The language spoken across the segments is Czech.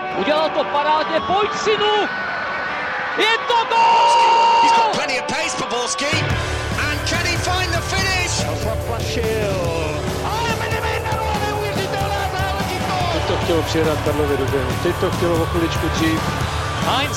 Udělal to parádně, pojď synu! Je to gól! He's got plenty of pace for Borski. And can he find the finish? Ale Medemejneru, neuvěřitelná záležitost! Teď to chtělo přijedat Karlově do běhu, teď to chtělo o chviličku dřív. Heinz!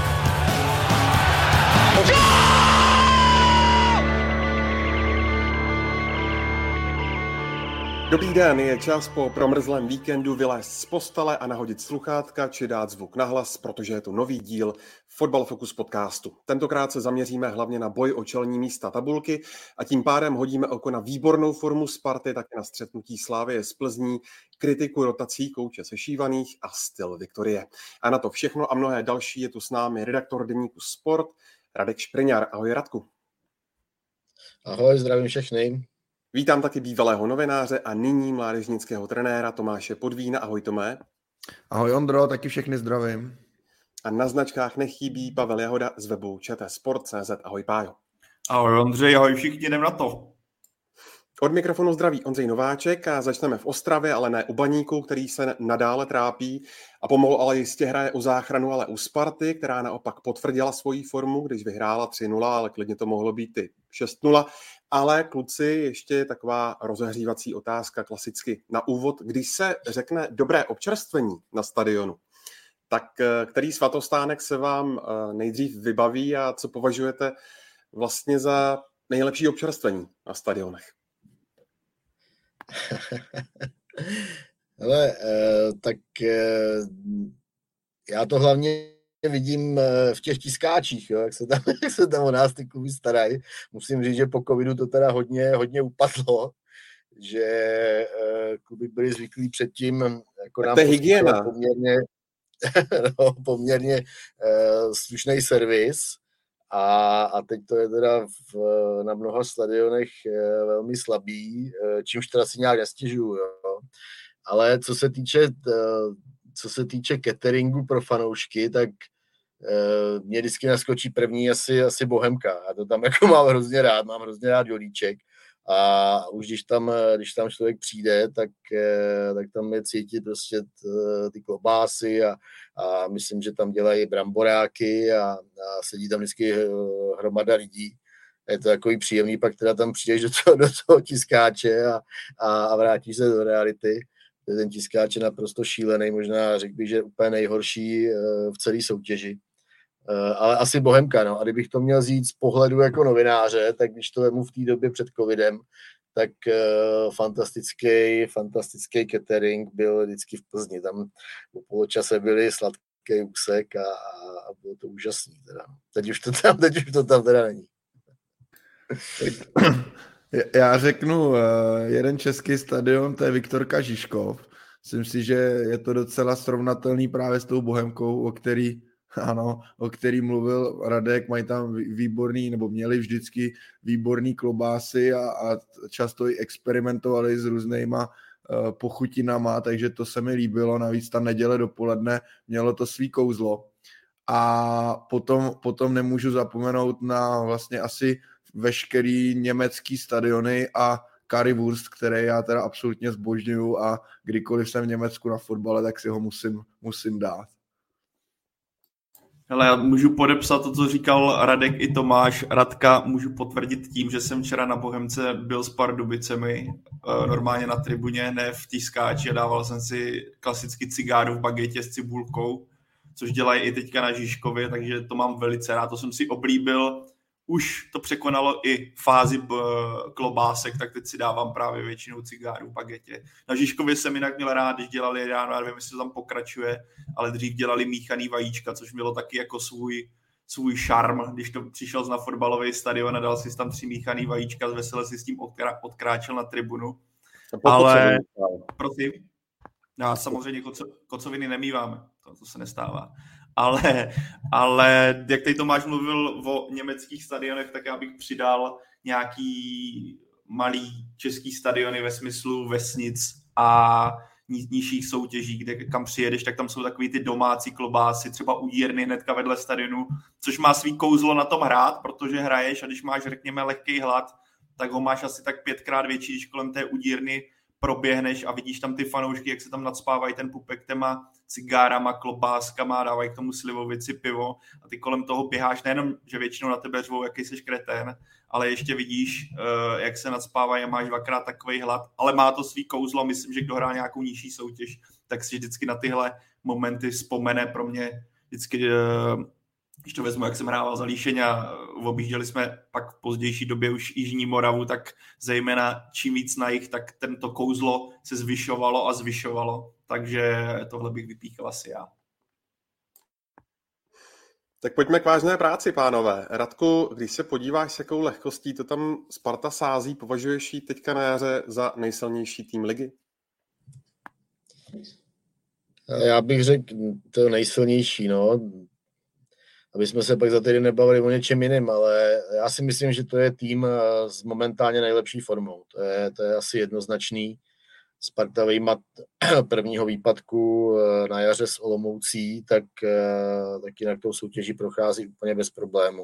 Dobrý den, je čas po promrzlém víkendu vylézt z postele a nahodit sluchátka či dát zvuk nahlas, protože je tu nový díl Fotbal Focus podcastu. Tentokrát se zaměříme hlavně na boj o čelní místa tabulky a tím pádem hodíme oko na výbornou formu Sparty, také na střetnutí Slavie z Plzní, kritiku rotací kouče Sešívaných a styl Viktorie. A na to všechno a mnohé další je tu s námi redaktor deníku Sport Radek Špriňar. Ahoj Radku. Ahoj, zdravím všechny. Vítám taky bývalého novináře a nyní mládežnického trenéra Tomáše Podvína. Ahoj Tomé. Ahoj Ondro, taky všechny zdravím. A na značkách nechybí Pavel Jahoda z webu ČT-sport.cz. Ahoj Pájo. Ahoj Ondřej, ahoj všichni, jdem na to. Od mikrofonu zdraví Ondřej Nováček a začneme v Ostravě, ale ne u Baníku, který se nadále trápí a pomalu ale jistě hraje o záchranu, ale u Sparty, která naopak potvrdila svoji formu, když vyhrála 3-0, ale klidně to mohlo být i 6-0. Ale kluci, ještě taková rozehřívací otázka klasicky na úvod. Když se řekne dobré občerstvení na stadionu, tak který svatostánek se vám nejdřív vybaví a co považujete vlastně za nejlepší občerstvení na stadionech? Hele, tak já to hlavně vidím v těch tiskáčích, jo, jak se tam o nás ty kluby starají. Musím říct, že po covidu to teda hodně upadlo, že kluby byly zvyklí předtím jako nám poměrně slušný servis a teď to je teda na mnoha stadionech velmi slabý, čímž teda si nějak nestěžuju, jo. Ale co se týče cateringu pro fanoušky, tak mě vždycky naskočí první asi Bohemka. Já to tam jako mám hrozně rád Jolíček. A už když tam člověk přijde, tak tam je cítit prostě ty klobásy a myslím, že tam dělají bramboráky a sedí tam vždycky hromada lidí. Je to takový příjemný, pak teda tam přijdeš do toho tiskáče a vrátíš se do reality. Ten tiskáč je naprosto šílený, možná řekl bych, že úplně nejhorší v celé soutěži. Ale asi Bohemka, no. A kdybych to měl říct z pohledu jako novináře, tak když to vemu v té době před covidem, tak fantastický catering byl vždycky v Plzni. Tam po poločase byly sladký úsek a bylo to úžasný. Teda. Teď už to tam teda není. Já řeknu jeden český stadion, to je Viktorka Žižkov. Myslím si, že je to docela srovnatelný právě s tou Bohemkou, o který mluvil Radek. Mají tam měli vždycky výborný klobásy a často i experimentovali s různýma pochutinama, takže to se mi líbilo. Navíc ta neděle dopoledne mělo to svý kouzlo. A potom nemůžu zapomenout na vlastně asi veškerý německý stadiony a Currywurst, které já teda absolutně zbožňuju a kdykoliv jsem v Německu na fotbale, tak si ho musím dát. Hele, já můžu podepsat to, co říkal Radek i Tomáš. Radka můžu potvrdit tím, že jsem včera na Bohemce byl s Pardubicemi, normálně na tribuně, ne v tiskáči, a dával jsem si klasicky cigáru v bagetě s cibulkou, což dělají i teďka na Žižkově, takže to mám velice rád, to jsem si oblíbil. Už to překonalo i fázi klobásek, tak teď si dávám právě většinou cigáru v bagetě. Na Žižkově jsem jinak měl rád, když dělali ráno, já nevím, jestli to tam pokračuje, ale dřív dělali míchaný vajíčka, což mělo taky jako svůj šarm, když to přišel na fotbalový stadion a dal si tam 3 míchaný vajíčka, vesele si s tím odkráčel na tribunu. Ale prosím, já samozřejmě kocoviny nemýváme, to se nestává. Ale jak tady Tomáš mluvil o německých stadionech, tak já bych přidal nějaký malý český stadiony ve smyslu vesnic a nižších soutěží, kam přijedeš, tak tam jsou takový ty domácí klobásy, třeba u Jirny hnedka vedle stadionu, což má svý kouzlo na tom hrát, protože hraješ a když máš, řekněme, lehký hlad, tak ho máš asi tak 5krát větší, když kolem té udírny proběhneš a vidíš tam ty fanoušky, jak se tam nadspávají ten pupek těma cigárama, klobáskama, dávají k tomu slivovici, pivo a ty kolem toho běháš, nejenom, že většinou na tebe řvou, jaký jsi kretén, ale ještě vidíš, jak se nadspávají a máš dvakrát takovej hlad, ale má to svý kouzlo, myslím, že kdo hrál nějakou nižší soutěž, tak si vždycky na tyhle momenty vzpomene. Pro mě vždycky, když to vezmu, jak jsem hrával za Líšeň a objížděli jsme pak v pozdější době už Jižní Moravu, tak zejména čím víc na jich, tak tento kouzlo se zvyšovalo a zvyšovalo. Takže tohle bych vypíchl asi já. Tak pojďme k vážné práci, pánové. Radku, když se podíváš, s jakou lehkostí to tam Sparta sází, považuješ ji teďka na jaře za nejsilnější tým ligy? Já bych řekl, to nejsilnější, no. Aby jsme se pak za týden nebavili o něčem jiném, ale já si myslím, že to je tým s momentálně nejlepší formou. To je asi jednoznačný. Sparta vyjmat prvního výpadku na jaře s Olomoucí, tak jinak tou soutěží prochází úplně bez problému.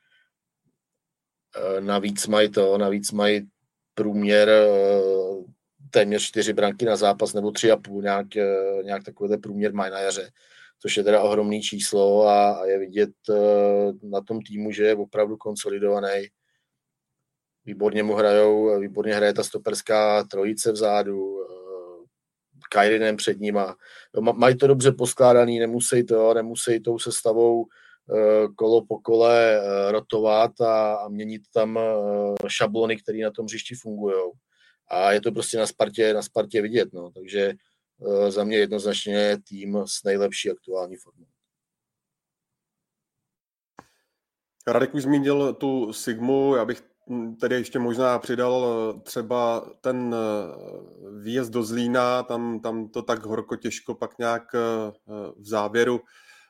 Navíc mají průměr téměř 4 branky na zápas, nebo 3,5, nějak takovýhle průměr mají na jaře, což je teda ohromný číslo a je vidět na tom týmu, že je opravdu konsolidovaný. Výborně hraje ta stoperská trojice vzadu, Kairinen před nima. Mají to dobře poskládaný, nemusí tou sestavou kolo po kole rotovat a měnit tam šablony, které na tom hřišti fungují. A je to prostě na Spartě vidět. No. Takže za mě jednoznačně tým s nejlepší aktuální formou. Radek už zmínil tu Sigmu, já bych tedy ještě možná přidal třeba ten výjezd do Zlína, tam to tak horko těžko pak nějak v závěru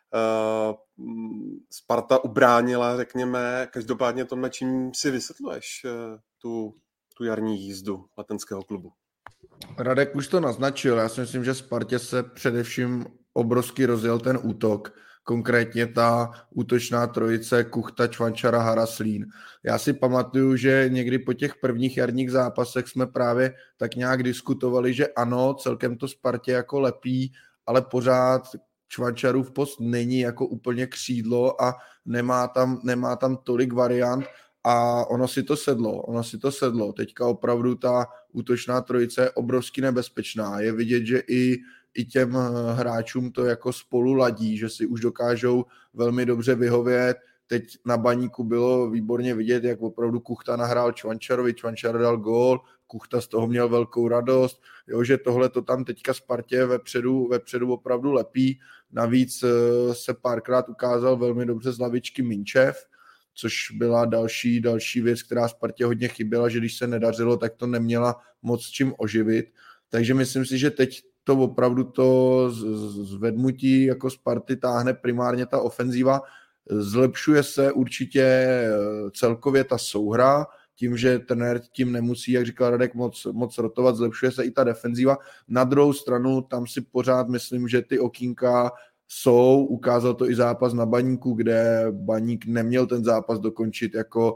Sparta ubránila, řekněme. Každopádně tohle, čím si vysvětluješ tu jarní jízdu Letenského klubu? Radek už to naznačil, já si myslím, že Spartě se především obrovsky rozjel ten útok, konkrétně ta útočná trojice Kuchta, Čvančara, Haraslín. Já si pamatuju, že někdy po těch prvních jarních zápasech jsme právě tak nějak diskutovali, že ano, celkem to Spartě jako lepí, ale pořád Čvančarův post není jako úplně křídlo a nemá tam tolik variant a ono si to sedlo. Teďka opravdu ta útočná trojice je obrovsky nebezpečná. Je vidět, že i těm hráčům to jako spolu ladí, že si už dokážou velmi dobře vyhovět. Teď na Baníku bylo výborně vidět, jak opravdu Kuchta nahrál Čvančarovi, Čvančar dal gól, Kuchta z toho měl velkou radost, jo, že tohle to tam teďka Spartě vepředu opravdu lepí. Navíc se párkrát ukázal velmi dobře z lavičky Minčev, což byla další věc, která Spartě hodně chyběla, že když se nedařilo, tak to neměla moc čím oživit. Takže myslím si, že teď to opravdu to zvednutí jako Sparty táhne primárně ta ofenzíva. Zlepšuje se určitě celkově ta souhra, tím, že trenér tím nemusí, jak říkal Radek, moc rotovat, zlepšuje se i ta defenzíva. Na druhou stranu tam si pořád myslím, že ty okýnka jsou, ukázal to i zápas na Baníku, kde Baník neměl ten zápas dokončit jako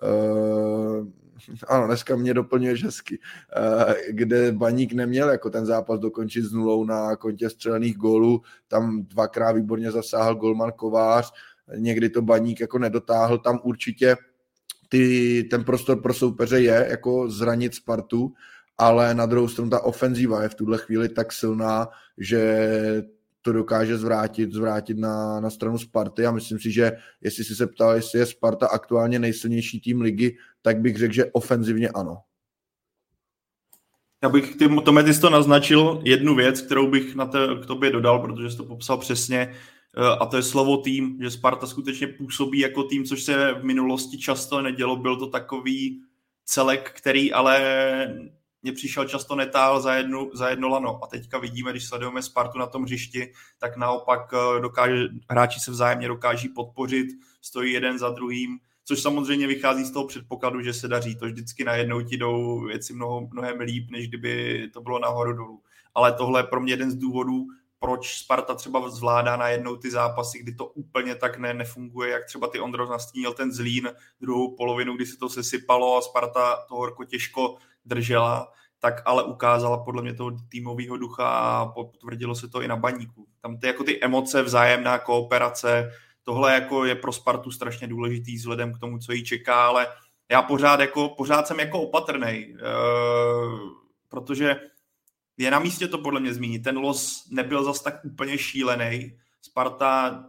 ano, dneska mě doplňuješ hezky, kde Baník neměl jako ten zápas dokončit s 0 na kontě střelených gólů, tam dvakrát výborně zasáhl golman Kovář, někdy to Baník jako nedotáhl, tam určitě ten prostor pro soupeře je jako zranit Spartu, ale na druhou stranu ta ofenzíva je v tuhle chvíli tak silná, že to dokáže zvrátit na stranu Sparty a myslím si, že jestli si se ptal, jestli je Sparta aktuálně nejsilnější tým ligy, tak bych řekl, že ofenzivně ano. Já bych Tome, ty jsi to naznačil jednu věc, kterou bych k tobě dodal, protože jsi to popsal přesně, a to je slovo tým, že Sparta skutečně působí jako tým, což se v minulosti často nedělo, byl to takový celek, který ale mě přišel často netál za jedno lano. A teďka vidíme, když sledujeme Spartu na tom hřišti, tak naopak hráči se vzájemně dokáží podpořit, stojí jeden za druhým, což samozřejmě vychází z toho předpokladu, že se daří. To vždycky najednou ti jdou věci mnohem líp, než kdyby to bylo nahoru dolů. Ale tohle je pro mě jeden z důvodů, proč Sparta třeba zvládá najednou ty zápasy, kdy to úplně tak nefunguje, jak třeba ty Ondro nastínil ten Zlín druhou polovinu, kdy se to sesypalo a Sparta to horko těžko držela, tak ale ukázala podle mě toho týmového ducha a potvrdilo se to i na Baníku. Tam ty emoce, vzájemná kooperace, tohle jako je pro Spartu strašně důležitý vzhledem k tomu, co jí čeká, ale já pořád jsem jako opatrnej, protože je na místě to podle mě zmínit. Ten los nebyl zas tak úplně šílený. Sparta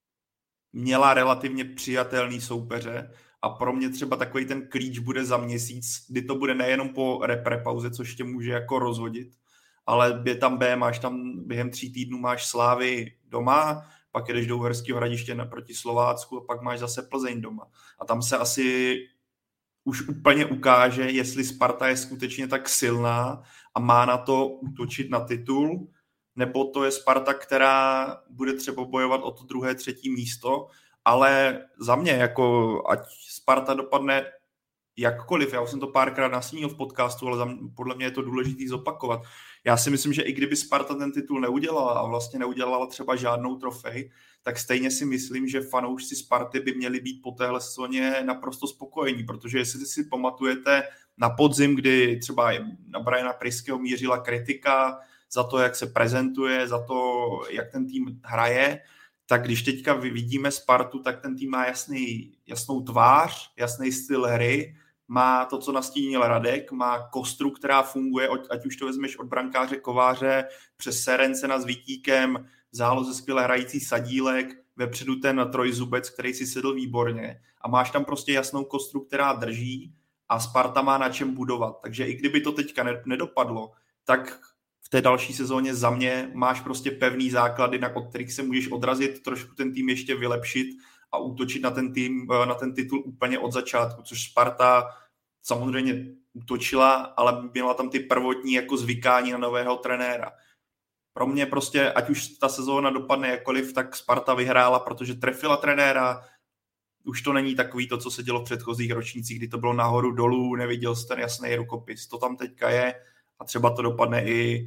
měla relativně přijatelný soupeře a pro mě třeba takový ten klíč bude za měsíc, kdy to bude nejenom po repre-pauze, což tě může jako rozhodit, ale je tam máš tam během 3 týdnů máš Slávy doma, pak jedeš do Uherského Hradiště proti Slovácku a pak máš zase Plzeň doma. A tam se asi už úplně ukáže, jestli Sparta je skutečně tak silná a má na to útočit na titul, nebo to je Sparta, která bude třeba bojovat o to 2., 3. místo, ale za mě, jako ať Sparta dopadne jakkoliv, já už jsem to párkrát nasnil v podcastu, ale podle mě je to důležité zopakovat. Já si myslím, že i kdyby Sparta ten titul neudělala a vlastně neudělala třeba žádnou trofej, tak stejně si myslím, že fanoušci Sparty by měli být po téhle sezóně naprosto spokojení, protože jestli si pamatujete na podzim, kdy třeba na Briana Priského mířila kritika za to, jak se prezentuje, za to, jak ten tým hraje, tak když teďka vidíme Spartu, tak ten tým má jasnou tvář, jasný styl hry, má to, co nastínil Radek, má kostru, která funguje, ať už to vezmeš od brankáře Kováře přes Serencena s Vítíkem, v záloze skvěle hrající Sadílek, vepředu ten trojzubec, který si sedl výborně a máš tam prostě jasnou kostru, která drží a Sparta má na čem budovat. Takže i kdyby to teďka nedopadlo, tak v té další sezóně za mě máš prostě pevný základy, od kterých se můžeš odrazit, trošku ten tým ještě vylepšit a útočit na ten titul úplně od začátku, což Sparta samozřejmě útočila, ale měla tam ty prvotní jako zvykání na nového trenéra. Pro mě prostě, ať už ta sezóna dopadne jakkoliv, tak Sparta vyhrála, protože trefila trenéra. Už to není takový to, co se dělo v předchozích ročnících, kdy to bylo nahoru dolů, neviděl jsi ten jasný rukopis. To tam teďka je a třeba to dopadne i...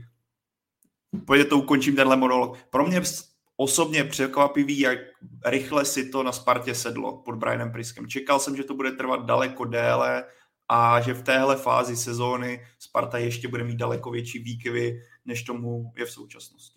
Pojďte to ukončím tenhle monolog. Pro mě osobně překvapivý, jak rychle si to na Spartě sedlo pod Brianem Priskem. Čekal jsem, že to bude trvat daleko déle a že v téhle fázi sezóny Sparta ještě bude mít daleko větší výkyvy, než tomu je v současnosti.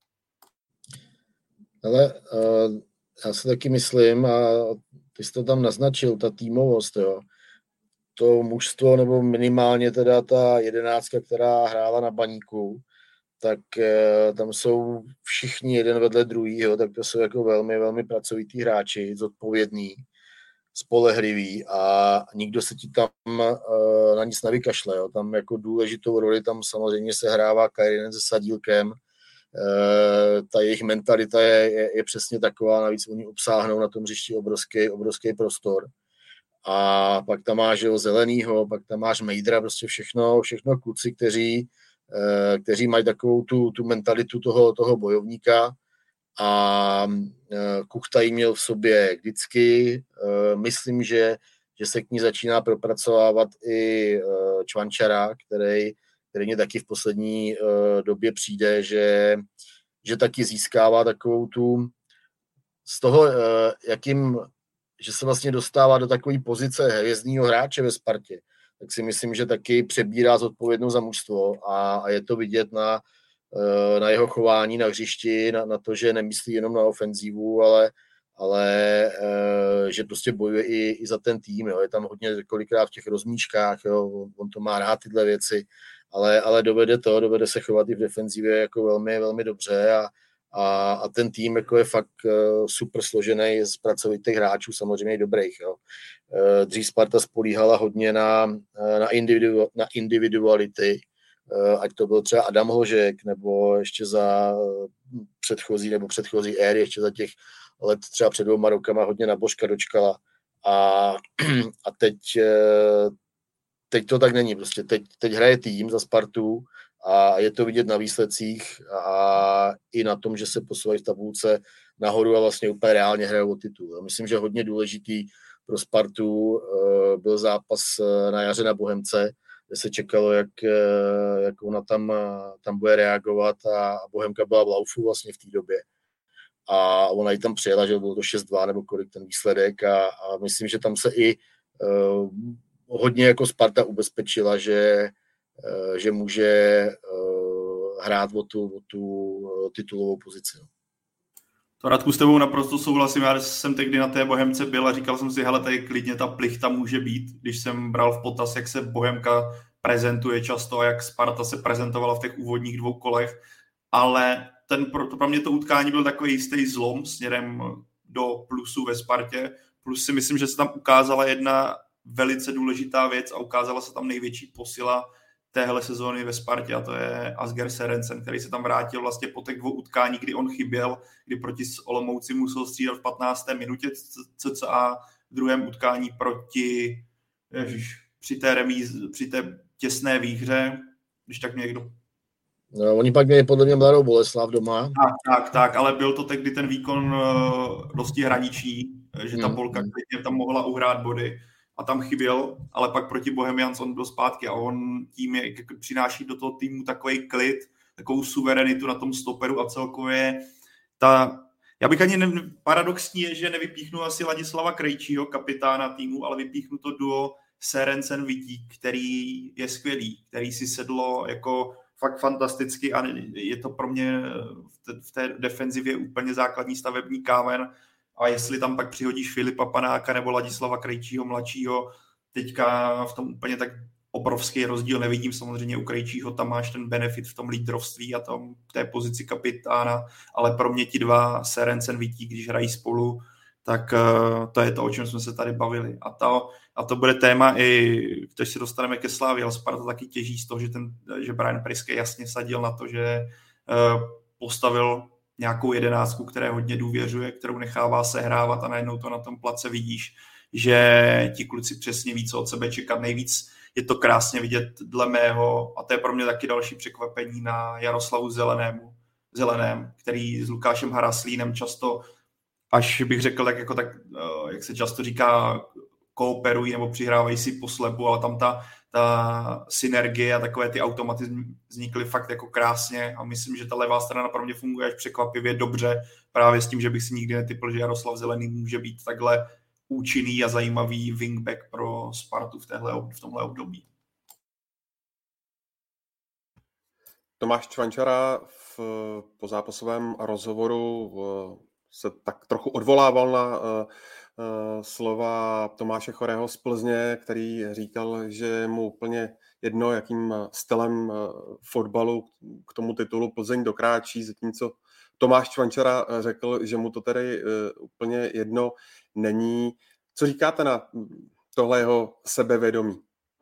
Ale já si taky myslím, a ty jsi to tam naznačil, ta týmovost, jo. To mužstvo, nebo minimálně teda ta 11, která hrála na Baníku, tak tam jsou všichni jeden vedle druhýho, tak to jsou jako velmi, velmi pracovitý hráči, zodpovědný, spolehliví a nikdo se ti tam na nic nevykašle. Jo. Tam jako důležitou roli tam samozřejmě se hrává Kairinen se Sadílkem. Ta jejich mentalita je přesně taková, navíc oni obsáhnou na tom hřišti obrovský prostor. A pak tam máš Zelenýho, pak tam máš Mejdra, prostě všechno kluci, kteří mají takovou tu mentalitu toho bojovníka a Kuchta jí měl v sobě vždycky. Myslím, že se k ní začíná propracovávat i Čvančara, který mě taky v poslední době přijde, že taky získává takovou tu z toho, že se vlastně dostává do takové pozice hvězdného hráče ve Spartě, tak si myslím, že taky přebírá zodpovědnost za mužstvo a je to vidět na jeho chování na hřišti, na to, že nemyslí jenom na ofenzívu, ale že prostě bojuje i za ten tým. Jo. Je tam hodně kolikrát v těch rozmíškách, jo. On to má rád tyhle věci, ale dovede se chovat i v defenzivě jako velmi, velmi dobře a ten tým jako je fakt super složený z pracovitých hráčů, samozřejmě i dobrých. Jo. Dřív Sparta spolíhala hodně na individuality, ať to byl třeba Adam Hložek, nebo ještě za předchozí éry, ještě za těch let třeba před 2 rokama hodně na Božka Dočkala. A teď to tak není. Prostě teď hraje tým za Spartu a je to vidět na výsledcích a i na tom, že se posouvají v tabulce nahoru a vlastně úplně reálně hrajou o titul. Myslím, že hodně důležitý pro Spartu byl zápas na jaře na Bohemce, kde se čekalo, jak ona tam bude reagovat a Bohemka byla v laufu vlastně v té době. A ona ji tam přijela, že bylo to 6-2 nebo kolik ten výsledek a myslím, že tam se i hodně jako Sparta ubezpečila, že že může hrát o tu titulovou pozici. To, Radku, s tebou naprosto souhlasím. Já jsem tehdy na té Bohemce byl a říkal jsem si, hele, tady klidně ta plichta může být, když jsem bral v potaz, jak se Bohemka prezentuje často a jak Sparta se prezentovala v těch úvodních 2 kolech, ale pro mě to utkání byl takový jistý zlom směrem do plusu ve Spartě, plus si myslím, že se tam ukázala jedna velice důležitá věc a ukázala se tam největší posila téhle sezóny ve Spartě a to je Asger Sørensen, který se tam vrátil vlastně po těch 2 utkání, kdy on chyběl, kdy proti Olomouci musel střídat v 15. minutě cca v druhém utkání při té těsné výhře, když tak někdo. No, oni pak měli podle mě Mladou Boleslav doma. Tak, ale byl to tehdy ten výkon dosti hraniční, že ta Polka klidně tam mohla uhrát body a tam chyběl, ale pak proti Bohemians on byl zpátky a on tím přináší do toho týmu takový klid, takovou suverenitu na tom stoperu a celkově já bych paradoxní je, že nevypíchnu asi Ladislava Krejčího, kapitána týmu, ale vypíchnu to duo Sørensen-Vitík, který je skvělý, který si sedlo jako fakt fantasticky a je to pro mě v té defenzivě úplně základní stavební kámen. A jestli tam pak přihodíš Filipa Panáka nebo Ladislava Krejčího mladšího, teďka v tom úplně tak obrovský rozdíl nevidím. Samozřejmě u Krejčího tam máš ten benefit v tom lídrovství a tom v té pozici kapitána, ale pro mě ti dva Sørensen Vitík, když hrají spolu, tak to je to, o čem jsme se tady bavili. A to bude téma i, když se dostaneme ke Slávii, ale Sparta taky těží z toho, že Brian Priske jasně sadil na to, že postavil nějakou 11, které hodně důvěřuje, kterou nechává sehrávat a najednou to na tom place vidíš, že ti kluci přesně ví, co od sebe čekat. Nejvíc je to krásně vidět dle mého, a to je pro mě taky další překvapení, na Jaroslavu Zeleném, který s Lukášem Haraslínem často, až bych řekl, jak se často říká, kooperují nebo přihrávají si po slepu, ale tam ta synergie a takové ty automatizmy vznikly fakt jako krásně a myslím, že ta levá strana pro mě funguje až překvapivě dobře, právě s tím, že bych si nikdy netypl, že Jaroslav Zelený může být takhle účinný a zajímavý wingback pro Spartu v tomhle období. Tomáš Čvančara v pozápasovém rozhovoru se tak trochu odvolával na slova Tomáše Chorého z Plzně, který říkal, že mu úplně jedno, jakým stylem fotbalu k tomu titulu Plzeň dokráčí, zatímco Tomáš Čvančara řekl, že mu to tedy úplně jedno není. Co říkáte na tohle jeho sebevědomí?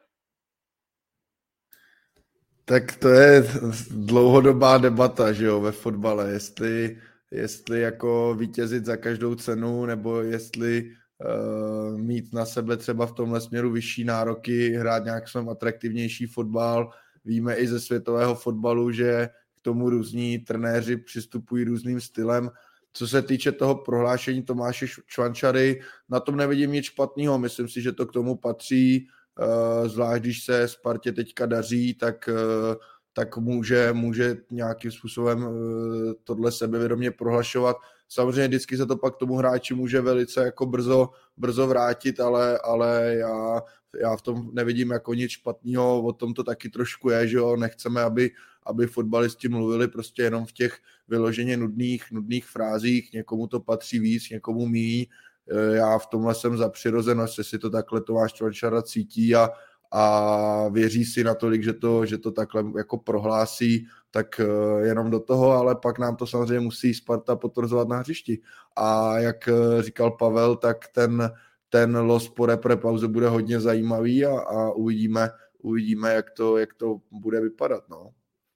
Tak to je dlouhodobá debata, že jo, ve fotbale, jestli jako vítězit za každou cenu, nebo jestli mít na sebe třeba v tomhle směru vyšší nároky, hrát nějak svým atraktivnější fotbal. Víme i ze světového fotbalu, že k tomu různí trenéři přistupují různým stylem. Co se týče toho prohlášení Tomáše Čvančary, na tom nevidím nic špatného. Myslím si, že to k tomu patří, zvlášť když se Spartě teďka daří, tak může nějakým způsobem tohle sebevědomě prohlašovat. Samozřejmě vždycky se to pak tomu hráči může velice jako brzo vrátit, ale já v tom nevidím jako nic špatného, o tom to taky trošku je, že jo, nechceme, aby fotbalisti mluvili prostě jenom v těch vyloženě nudných frázích, někomu to patří víc, někomu míň. Já v tomhle jsem za přirozenost, jestli to takhle Tomáš Čvančara cítí a věří si natolik, že to takhle jako prohlásí, tak jenom do toho, ale pak nám to samozřejmě musí Sparta potvrzovat na hřišti. A jak říkal Pavel, tak ten los po pauze bude hodně zajímavý a uvidíme, jak to bude vypadat. No.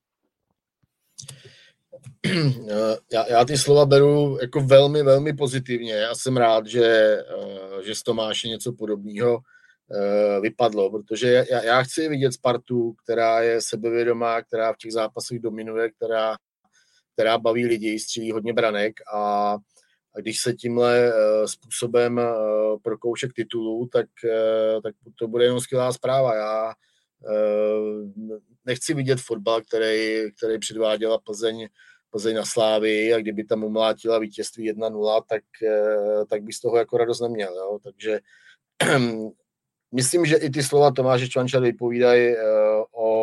Já ty slova beru jako velmi, velmi pozitivně a jsem rád, že z Tomáše něco podobného vypadlo, protože já chci vidět Spartu, která je sebevědomá, která v těch zápasech dominuje, která baví lidi, střílí hodně branek a když se tímhle způsobem prokouše k titulu, tak to bude jenom skvělá zpráva. Já nechci vidět fotbal, který předváděla Plzeň na Slávii a kdyby tam umlátila vítězství 1-0, tak by z toho jako radost neměl. Jo? Takže myslím, že i ty slova Tomáše Čvančary vypovídají o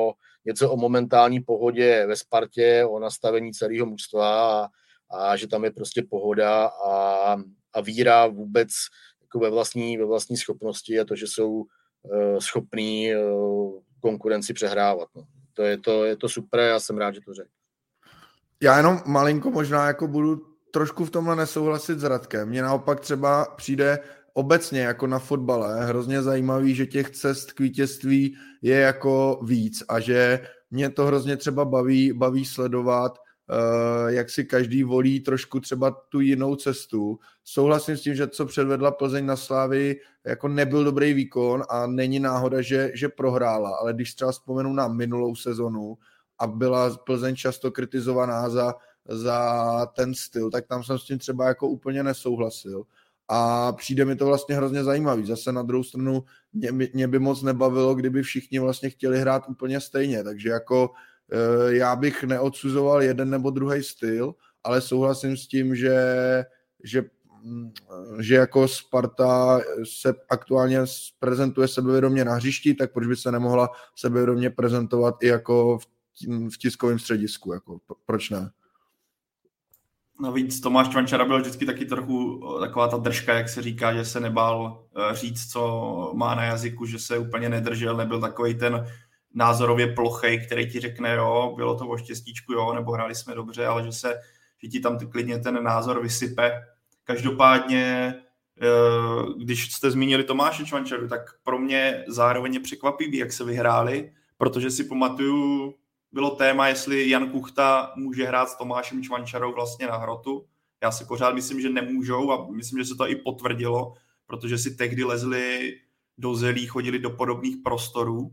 něco o momentální pohodě ve Spartě, o nastavení celého mužstva a že tam je prostě pohoda a víra vůbec jako ve vlastní schopnosti a to, že jsou schopní konkurenci přehrávat. No. Je to super, já jsem rád, že to řekl. Já jenom malinko možná jako budu trošku v tomhle nesouhlasit s Radkem. Mně naopak třeba přijde obecně jako na fotbale hrozně zajímavý, že těch cest k vítězství je jako víc a že mě to hrozně třeba baví sledovat, jak si každý volí trošku třeba tu jinou cestu. Souhlasím s tím, že co předvedla Plzeň na Slavii, jako nebyl dobrý výkon a není náhoda, že prohrála, ale když třeba vzpomenu na minulou sezonu a byla Plzeň často kritizovaná za ten styl, tak tam jsem s tím třeba jako úplně nesouhlasil. A přijde mi to vlastně hrozně zajímavý. Zase na druhou stranu mě by moc nebavilo, kdyby všichni vlastně chtěli hrát úplně stejně, takže jako já bych neodsuzoval jeden nebo druhý styl, ale souhlasím s tím, že jako Sparta se aktuálně prezentuje sebevědomě na hřišti, tak proč by se nemohla sebevědomě prezentovat i jako v tiskovém středisku, jako proč ne? Navíc Tomáš Čvančara byl vždycky taky trochu taková ta držka, jak se říká, že se nebál říct, co má na jazyku, že se úplně nedržel, nebyl takovej ten názorově plochej, který ti řekne, jo, bylo to o štěstíčku, jo, nebo hráli jsme dobře, ale že ti tam klidně ten názor vysype. Každopádně, když jste zmínili Tomáše Čvančaru, tak pro mě zároveň je překvapivý, jak se vyhráli, protože si pamatuju, bylo téma, jestli Jan Kuchta může hrát s Tomášem Čvančarou vlastně na hrotu. Já si pořád myslím, že nemůžou a myslím, že se to i potvrdilo, protože si tehdy lezli do zelí, chodili do podobných prostorů.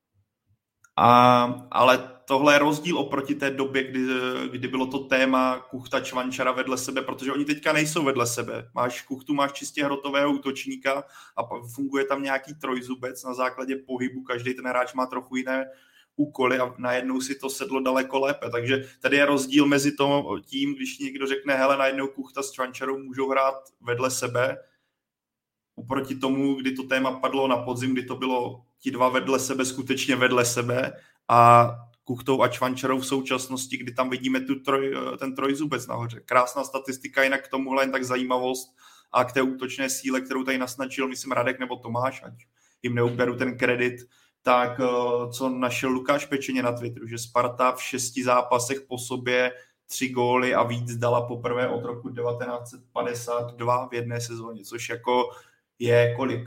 Ale tohle je rozdíl oproti té době, kdy bylo to téma Kuchta Čvančara vedle sebe, protože oni teďka nejsou vedle sebe. Kuchtu máš čistě hrotového útočníka a funguje tam nějaký trojzubec na základě pohybu, každý ten hráč má trochu jiné úkoly a najednou si to sedlo daleko lépe. Takže tady je rozdíl mezi tím, když někdo řekne, hele, najednou Kuchta s Čvančarou můžou hrát vedle sebe, oproti tomu, kdy to téma padlo na podzim, kdy to bylo ti dva vedle sebe, skutečně vedle sebe a Kuchtou a Čvančarou v současnosti, kdy tam vidíme ten trojzubec nahoře. Krásná statistika, jinak k tomuhle jen tak zajímavost a k té útočné síle, kterou tady naznačil, myslím, Radek nebo Tomáš, ať jim neuberu ten kredit, tak co našel Lukáš Pečeně na Twitteru, že Sparta v 6 zápasech po sobě 3 góly a víc dala poprvé od roku 1952 v jedné sezóně, což jako je kolik?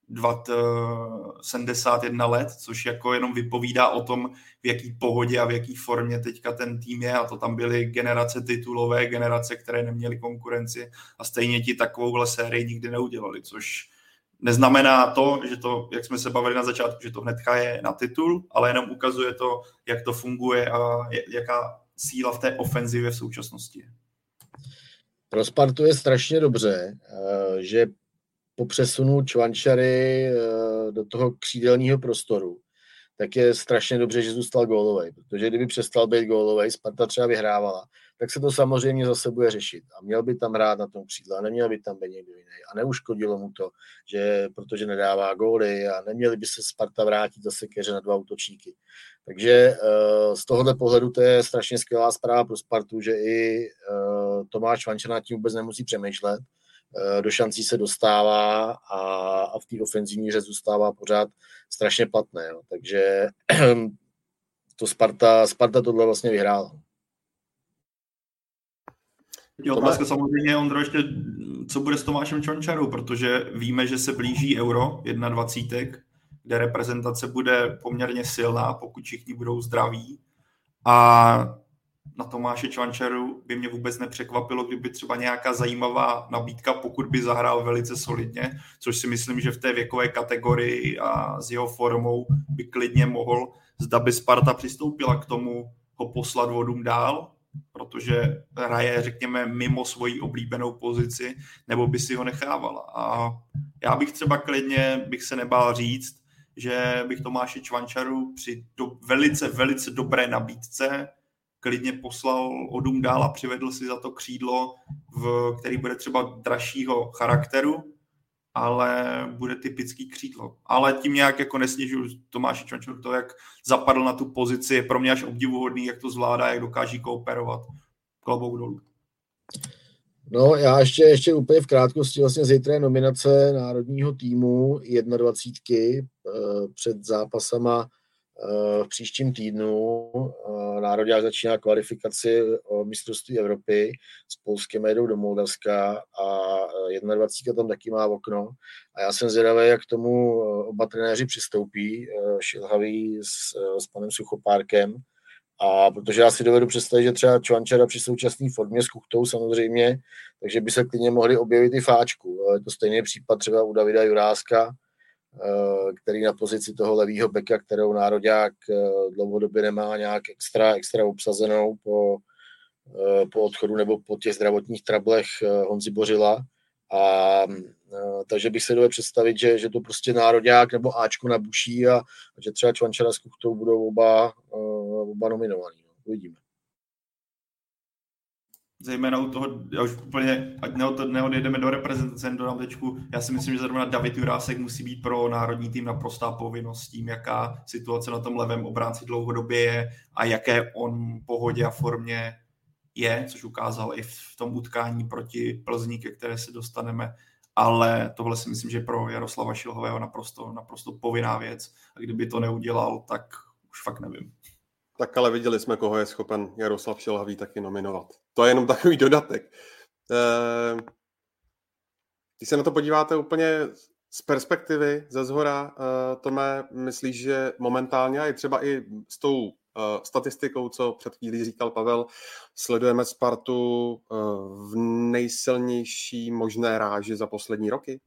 71 let, což jako jenom vypovídá o tom, v jaký pohodě a v jaký formě teďka ten tým je, a to tam byly generace titulové, generace, které neměly konkurenci a stejně ti takovouhle sérii nikdy neudělali, což neznamená to, že to, jak jsme se bavili na začátku, že to hnedka je na titul, ale jenom ukazuje to, jak to funguje a jaká síla v té ofenzivě v současnosti je. Pro Spartu je strašně dobře, že po přesunu Čvančary do toho křídelního prostoru, tak je strašně dobře, že zůstal gólovej, protože kdyby přestal být gólovej, Sparta třeba vyhrávala, tak se to samozřejmě zase bude řešit a měl by tam hrát na tom křídle a neměl by tam být někdo jiný a neuškodilo mu to, že protože nedává góly a neměli by se Sparta vrátit zase ke hře na 2 útočníky. Takže z tohohle pohledu to je strašně skvělá zpráva pro Spartu, že i Tomáš Čvančara nad tím vůbec nemusí přemýšlet, do šancí se dostává a v té ofenzivní hře zůstává pořád strašně platné. Jo. Takže to Sparta tohle vlastně vyhrála. Je otázka samozřejmě, Ondro, ještě co bude s Tomášem Čvančarou, protože víme, že se blíží Euro 21, kde reprezentace bude poměrně silná, pokud všichni budou zdraví. A na Tomáše Čvančaru by mě vůbec nepřekvapilo, kdyby třeba nějaká zajímavá nabídka, pokud by zahrál velice solidně, což si myslím, že v té věkové kategorii a s jeho formou by klidně mohl, zda by Sparta přistoupila k tomu ho poslat vodům dál, protože hraje, řekněme, mimo svoji oblíbenou pozici, nebo by si ho nechávala. A já bych třeba klidně, bych se nebál říct, že bych Tomáše Čvančaru při velice, velice dobré nabídce klidně poslal o dům dál a přivedl si za to křídlo, který bude třeba dražšího charakteru ale bude typický křídlo. Ale tím nějak jako nesnižuju Tomáše Čvančuru, to, jak zapadl na tu pozici, je pro mě až obdivuhodný, jak to zvládá, jak dokáží kooperovat. Klobouk dolů. No, já ještě úplně v krátkosti, vlastně zítra je nominace národního týmu 21 před zápasama v příštím týdnu. Národák začíná kvalifikaci o mistrovství Evropy, s Polskem jedou do Moldavska a 21 tam taky má okno. A já jsem zvědavý, jak k tomu oba trenéři přistoupí, Šilhavý s panem Suchopárkem. A protože já si dovedu představit, že třeba Čvančara při současné formě s Kuchtou samozřejmě, takže by se klidně mohli objevit i fáčku. Je to stejný případ třeba u Davida Juráska, který na pozici toho levýho beka, kterou nároďák dlouhodobě nemá nějak extra obsazenou po odchodu nebo po těch zdravotních trablech Honzi Bořila. Takže bych se dovedl představit, že to prostě nároďák nebo Ačko nabuší a že třeba Čvančara s Kuchtou budou oba nominovaní. Uvidíme. Zejména u toho, já už úplně, ať neodjedeme do reprezentace, do navlečku, já si myslím, že zrovna David Jurásek musí být pro národní tým naprostá povinnost tím, jaká situace na tom levém obránci dlouhodobě je a jaké on pohodě a formě je, což ukázal i v tom utkání proti Plzni, ke které se dostaneme, ale tohle si myslím, že pro Jaroslava Šilhavého naprosto povinná věc a kdyby to neudělal, tak už fakt nevím. Tak ale viděli jsme, koho je schopen Jaroslav Šilhavý taky nominovat. To je jenom takový dodatek. Když se na to podíváte úplně z perspektivy, ze zhora, Tome, myslíš, že momentálně, a třeba i s tou statistikou, co před chvílí říkal Pavel, sledujeme Spartu v nejsilnější možné ráži za poslední roky?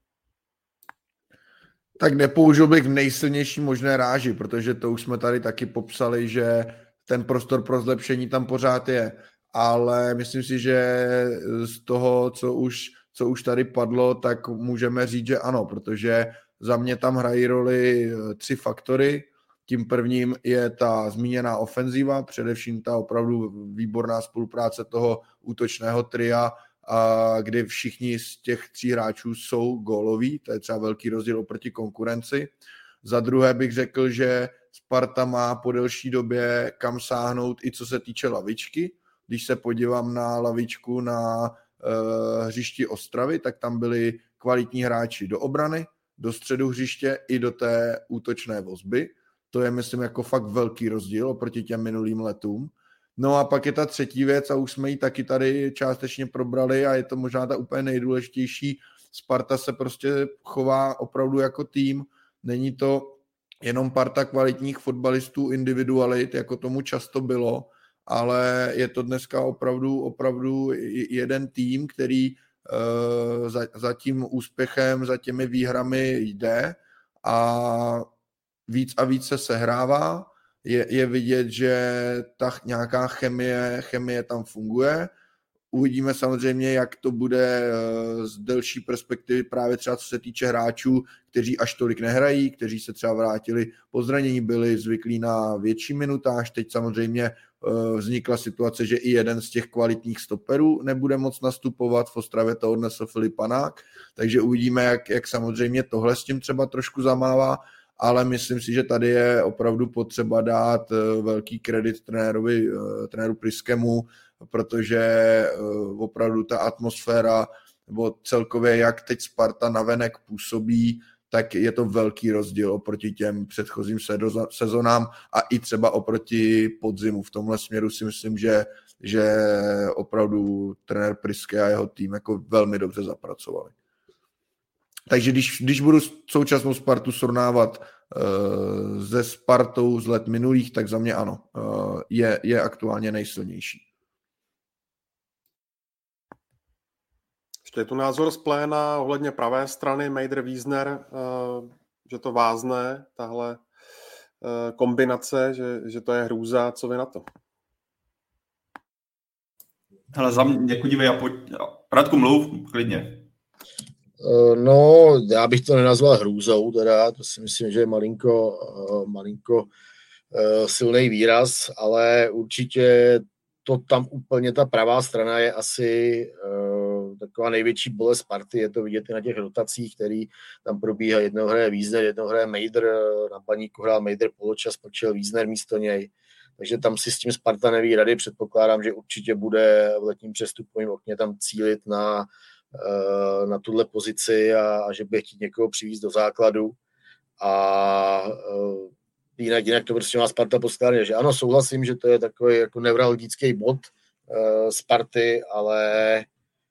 Tak nepoužil bych v nejsilnější možné ráži, protože to už jsme tady taky popsali, že ten prostor pro zlepšení tam pořád je. Ale myslím si, že z toho, co už tady padlo, tak můžeme říct, že ano, protože za mě tam hrají roli 3 faktory. Tím prvním je ta zmíněná ofenziva, především ta opravdu výborná spolupráce toho útočného tria, kdy všichni z těch 3 hráčů jsou góloví, to je třeba velký rozdíl oproti konkurenci. Za druhé bych řekl, že Sparta má po delší době kam sáhnout i co se týče lavičky. Když se podívám na lavičku na hřišti Ostravy, tak tam byli kvalitní hráči do obrany, do středu hřiště i do té útočné vozby. To je, myslím, jako fakt velký rozdíl oproti těm minulým letům. No a pak je ta třetí věc a už jsme ji taky tady částečně probrali a je to možná ta úplně nejdůležitější. Sparta se prostě chová opravdu jako tým. Není to jenom parta kvalitních fotbalistů, individualit, jako tomu často bylo, ale je to dneska opravdu jeden tým, který za tím úspěchem, za těmi výhrami jde a víc a víc se sehrává. Je vidět, že ta nějaká chemie tam funguje. Uvidíme samozřejmě, jak to bude z delší perspektivy právě třeba co se týče hráčů, kteří až tolik nehrají, kteří se třeba vrátili po zranění, byli zvyklí na větší minutáž. Teď samozřejmě vznikla situace, že i jeden z těch kvalitních stoperů nebude moc nastupovat. V Ostravě to odnesl Filip Panák, takže uvidíme, jak samozřejmě tohle s tím třeba trošku zamává, ale myslím si, že tady je opravdu potřeba dát velký kredit trenéru Priskemu, protože opravdu ta atmosféra, nebo celkově jak teď Sparta navenek působí, tak je to velký rozdíl oproti těm předchozím sezonám a i třeba oproti podzimu. V tomhle směru si myslím, že opravdu trenér Priske a jeho tým jako velmi dobře zapracovali. Takže když budu současnou Spartu srovnávat se Spartou z let minulých, tak za mě ano, je aktuálně nejsilnější. Ještě je tu názor z pléna ohledně pravé strany Mejdr-Wiesner, že to vázne, tahle kombinace, že to je hrůza. Co vy na to? Hele, za mě, jako dívej, Radku, mluv, klidně. No, já bych to nenazval hrůzou, teda, to si myslím, že je malinko silný výraz, ale určitě to tam úplně ta pravá strana je asi taková největší bolest Sparty, je to vidět i na těch rotacích, který tam probíhá. Jednou hraje Wiesner, jednou hraje Mejdr, na Baníku hrál Mejdr poločas, pak šel Wiesner místo něj. Takže tam si s tím Sparta neví rady. Předpokládám, že určitě bude v letním přestupovém okně tam cílit na tuhle pozici a že bude chtít někoho přivést do základu. A jinak to prostě má Sparta poskládané. Že ano, souhlasím, že to je takový jako nevralgický bod Sparty, ale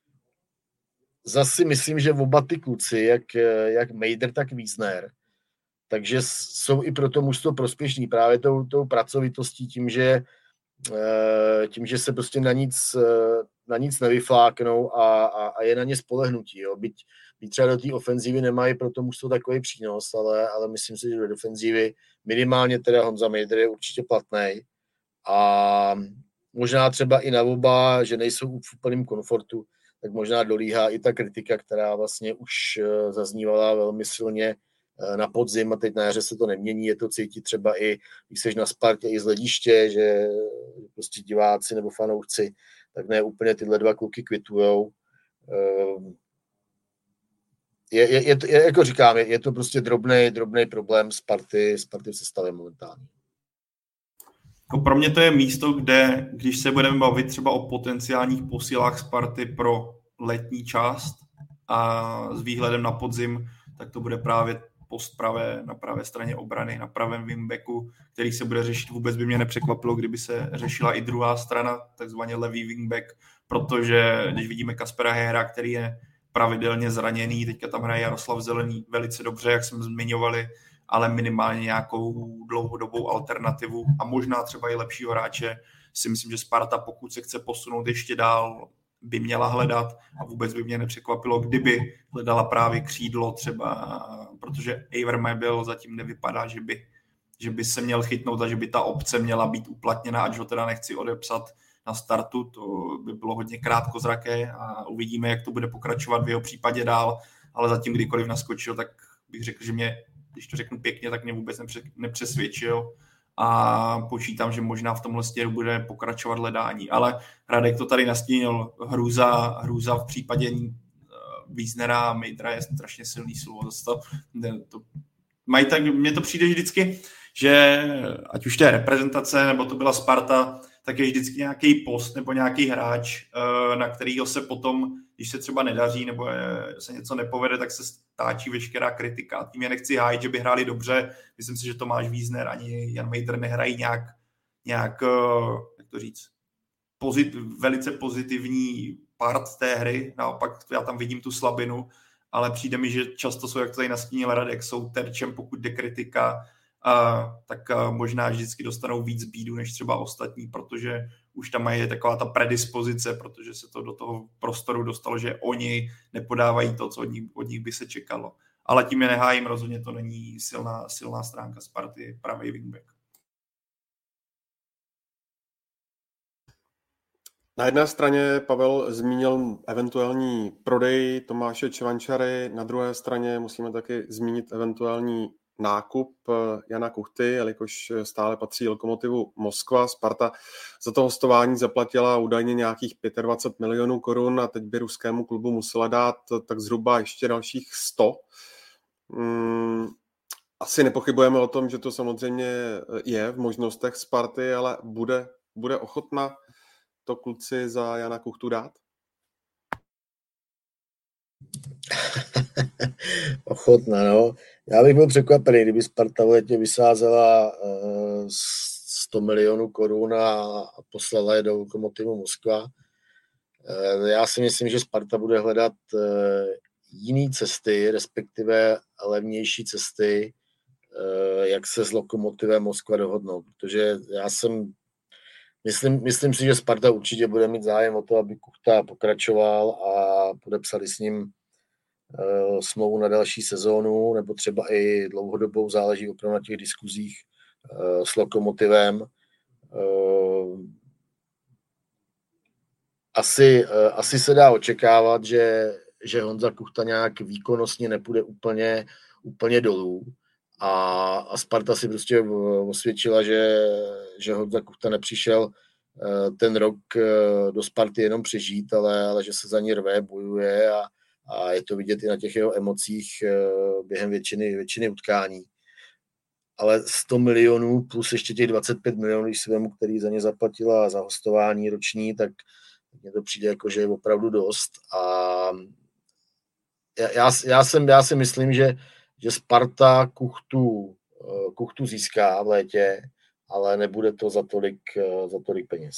zase myslím, že oba ty kluci, jak Mejdr, tak Wiesner, takže jsou i pro to mužstvo prospěšný právě tou pracovitostí, tím, že se prostě na nic nevyfláknou a je na ně spolehnutí. Jo. Byť třeba do té ofenzívy nemají pro to mužstvo takový přínos, ale myslím si, že do defenzívy minimálně teda Honza Mejdr je určitě platnej a možná třeba i na oba, že nejsou v úplném komfortu, tak možná dolíhá i ta kritika, která vlastně už zaznívala velmi silně na podzim a teď na jaře se to nemění, je to cítit třeba i, když jsi na Spartě i z hlediště, že prostě diváci nebo fanoušci, tak ne úplně tyhle dva kluky kvitujou. Jako říkám, je to prostě drobný problém Sparty v sestavě momentálně. Pro mě to je místo, kde, když se budeme bavit třeba o potenciálních posílách Sparty pro letní část a s výhledem na podzim, tak to bude právě post na pravé straně obrany, na pravém wingbacku, který se bude řešit. Vůbec by mě nepřekvapilo, kdyby se řešila i druhá strana, takzvaně levý wingback, protože když vidíme Kaspera Hejera, který je pravidelně zraněný, teďka tam hraje Jaroslav Zelený velice dobře, jak jsme zmiňovali, ale minimálně nějakou dlouhodobou alternativu a možná třeba i lepšího hráče si myslím, že Sparta, pokud se chce posunout ještě dál, by měla hledat a vůbec by mě nepřekvapilo, kdyby hledala právě křídlo třeba, protože Avermaebel zatím nevypadá, že by se měl chytnout a že by ta opce měla být uplatněna, ať ho teda nechci odepsat na startu, to by bylo hodně krátkozraké a uvidíme, jak to bude pokračovat v jeho případě dál, ale zatím kdykoliv naskočil, tak bych řekl, že mě, když to řeknu pěkně, tak mě vůbec nepřesvědčil a počítám, že možná v tomhle směru bude pokračovat hledání. Ale Radek to tady nastínil, hrůza v případě Wiesnera a Mejdra je strašně silný slovo. Mně to přijde vždycky, že ať už to je reprezentace, nebo to byla Sparta, tak je vždycky nějaký post nebo nějaký hráč, na kterýho se potom, když se třeba nedaří nebo se něco nepovede, tak se stáčí veškerá kritika. Tím je nechci hájit, že by hráli dobře. Myslím si, že Tomáš Wiesner ani Jan Mejdr nehrají nějak jak to říct, velice pozitivní part té hry. Naopak já tam vidím tu slabinu, ale přijde mi, že často jsou, jak to tady nastínil Radek, jsou terčem, pokud jde kritika, tak možná vždycky dostanou víc bídu než třeba ostatní, protože už tam je taková ta predispozice, protože se to do toho prostoru dostalo, že oni nepodávají to, co od nich by se čekalo. Ale tím je nehájím, rozhodně to není silná stránka Sparty, pravý wingback. Na jedné straně Pavel zmínil eventuální prodej Tomáše Čvančary, na druhé straně musíme taky zmínit eventuální nákup Jana Kuchty, jelikož stále patří Lokomotivu Moskva. Sparta za to hostování zaplatila údajně nějakých 25 milionů korun a teď by ruskému klubu musela dát tak zhruba ještě dalších 100. Asi nepochybujeme o tom, že to samozřejmě je v možnostech Sparty, ale bude ochotna to kluci za Jana Kuchtu dát? Ochotna, no. Já bych byl překvapený, kdyby Sparta v letě vysázela 100 milionů korun a poslala je do Lokomotivu Moskva. Já si myslím, že Sparta bude hledat jiné cesty, respektive levnější cesty, jak se s Lokomotivem Moskva dohodnout. Protože myslím si, že Sparta určitě bude mít zájem o to, aby Kuchta pokračoval a podepsali s ním smlouvu na další sezónu, nebo třeba i dlouhodobou, záleží opravdu na těch diskuzích s Lokomotivem. Asi se dá očekávat, že Honza Kuchta nějak výkonnostně nepůjde úplně dolů a Sparta si prostě osvědčila, že Honza Kuchta nepřišel ten rok do Sparty jenom přežít, ale že se za ně rve, bojuje a je to vidět i na těch jeho emocích během většiny utkání. Ale 100 milionů plus ještě těch 25 milionů, když si vemu, který za ně zaplatila za hostování roční, tak mně to přijde jako, že je opravdu dost. A já si myslím, že Sparta Kuchtu získá v létě, ale nebude to za tolik peněz.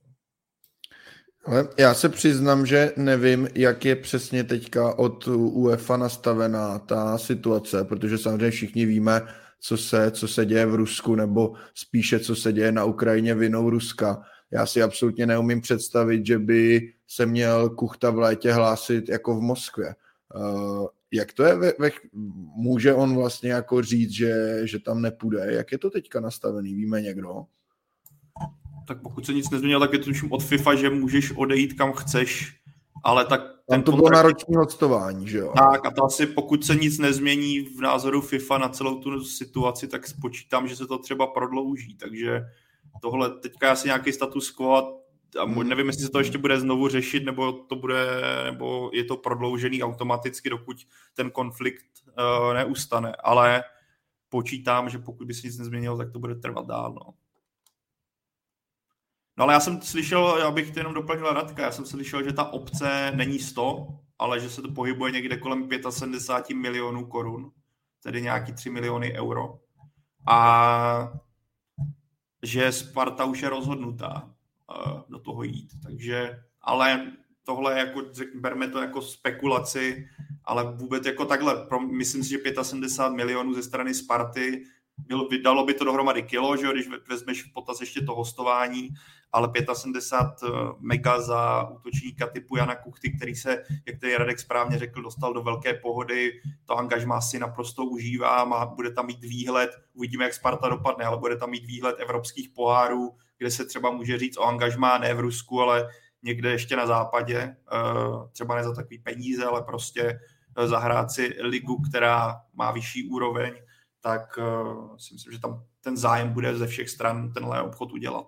Ale já se přiznám, že nevím, jak je přesně teďka od UEFA nastavená ta situace, protože samozřejmě všichni víme, co se děje v Rusku, nebo spíše, co se děje na Ukrajině vinou Ruska. Já si absolutně neumím představit, že by se měl Kuchta v létě hlásit jako v Moskvě. Jak to je? Může on vlastně jako říct, že tam nepůjde? Jak je to teďka nastavený? Víme někdo? Tak pokud se nic nezměnilo, tak je to tuším od FIFA, že můžeš odejít kam chceš, ale tak... Tam to bylo na roční hostování, že jo? Tak a to asi pokud se nic nezmění v názoru FIFA na celou tu situaci, tak spočítám, že se to třeba prodlouží, takže tohle teďka asi nějaký status quo a nevím, jestli se to ještě bude znovu řešit, nebo je to prodloužený automaticky, dokud ten konflikt neustane, ale počítám, že pokud by se nic nezměnilo, tak to bude trvat dál, no. No ale já jsem slyšel, abych to jenom doplnil Radka, já jsem slyšel, že ta opce není 100, ale že se to pohybuje někde kolem 75 milionů korun, tedy nějaký 3 miliony euro. A že Sparta už je rozhodnutá do toho jít. Takže, ale tohle jako, berme to jako spekulaci, ale vůbec jako takhle, myslím si, že 75 milionů ze strany Sparty dalo by to dohromady kilo, že jo, když vezmeš v potaz ještě to hostování, ale 75 mega za útočníka typu Jana Kuchty, který se, jak tady Radek správně řekl, dostal do velké pohody, to angažmá si naprosto užívá, bude tam mít výhled, uvidíme, jak Sparta dopadne, ale bude tam mít výhled evropských pohárů, kde se třeba může říct o angažmá ne v Rusku, ale někde ještě na západě, třeba ne za takový peníze, ale prostě zahrát si ligu, která má vyšší úroveň, tak si myslím, že tam ten zájem bude ze všech stran tenhle obchod udělat.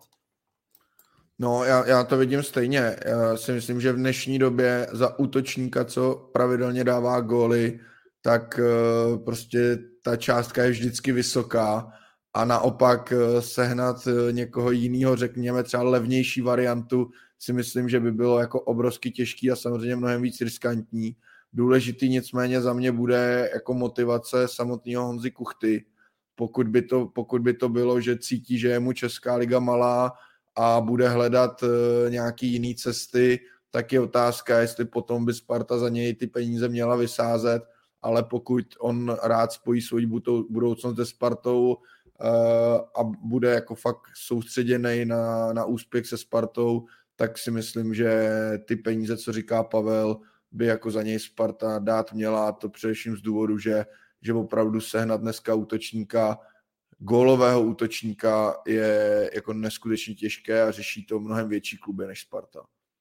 No, já to vidím stejně. Já si myslím, že v dnešní době za útočníka, co pravidelně dává góly, tak prostě ta částka je vždycky vysoká a naopak sehnat někoho jiného, řekněme třeba levnější variantu, si myslím, že by bylo jako obrovsky těžký a samozřejmě mnohem víc riskantní. Důležitý nicméně za mě bude jako motivace samotného Honzy Kuchty. Pokud by to bylo, že cítí, že je mu Česká liga malá a bude hledat nějaký jiný cesty, tak je otázka, jestli potom by Sparta za něj ty peníze měla vysázet, ale pokud on rád spojí svou budoucnost se Spartou a bude jako fakt soustředěnej na úspěch se Spartou, tak si myslím, že ty peníze, co říká Pavel, by jako za něj Sparta dát měla, to především z důvodu, že opravdu sehnat dneska útočníka, gólového útočníka je jako neskutečně těžké a řeší to mnohem větší kluby než Sparta.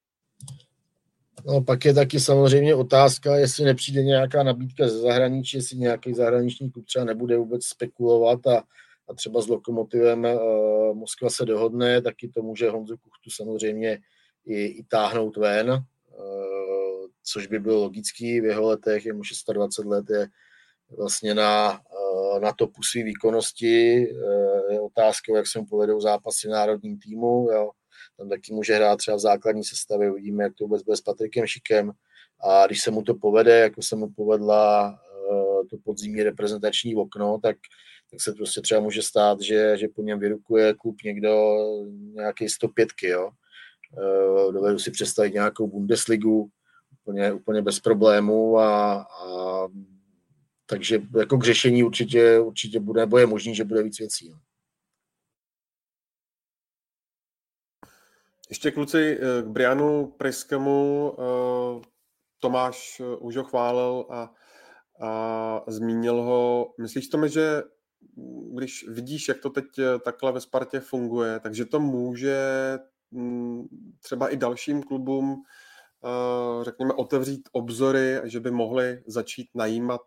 No, pak je taky samozřejmě otázka, jestli nepřijde nějaká nabídka ze zahraničí, jestli nějaký zahraniční klub třeba nebude vůbec spekulovat a třeba s Lokomotivem Moskva se dohodne, taky to může Honzu Kuchtu samozřejmě i táhnout ven, což by bylo logický v jeho letech, je mu 26 let, je vlastně na topu své výkonnosti, je otázkou, jak se mu povedou zápasy v národním týmu, jo. Tam taky může hrát třeba v základní sestavě, uvidíme, jak to vůbec bude s Patrikem Šikem a když se mu to povede, jako se mu povedla to podzimní reprezentační okno, tak se prostě třeba může stát, že po něm vyrukuje klub někdo nějaký 105, jo. Dovedu si představit nějakou Bundesligu úplně bez problémů a takže jako k řešení určitě bude, nebo je možný, že bude víc věcí. Ještě kluci k Brianu Prejskému. Tomáš už ho chválil a zmínil ho. Myslíš to mi, že když vidíš, jak to teď takhle ve Spartě funguje, takže to může třeba i dalším klubům řekněme otevřít obzory, že by mohli začít najímat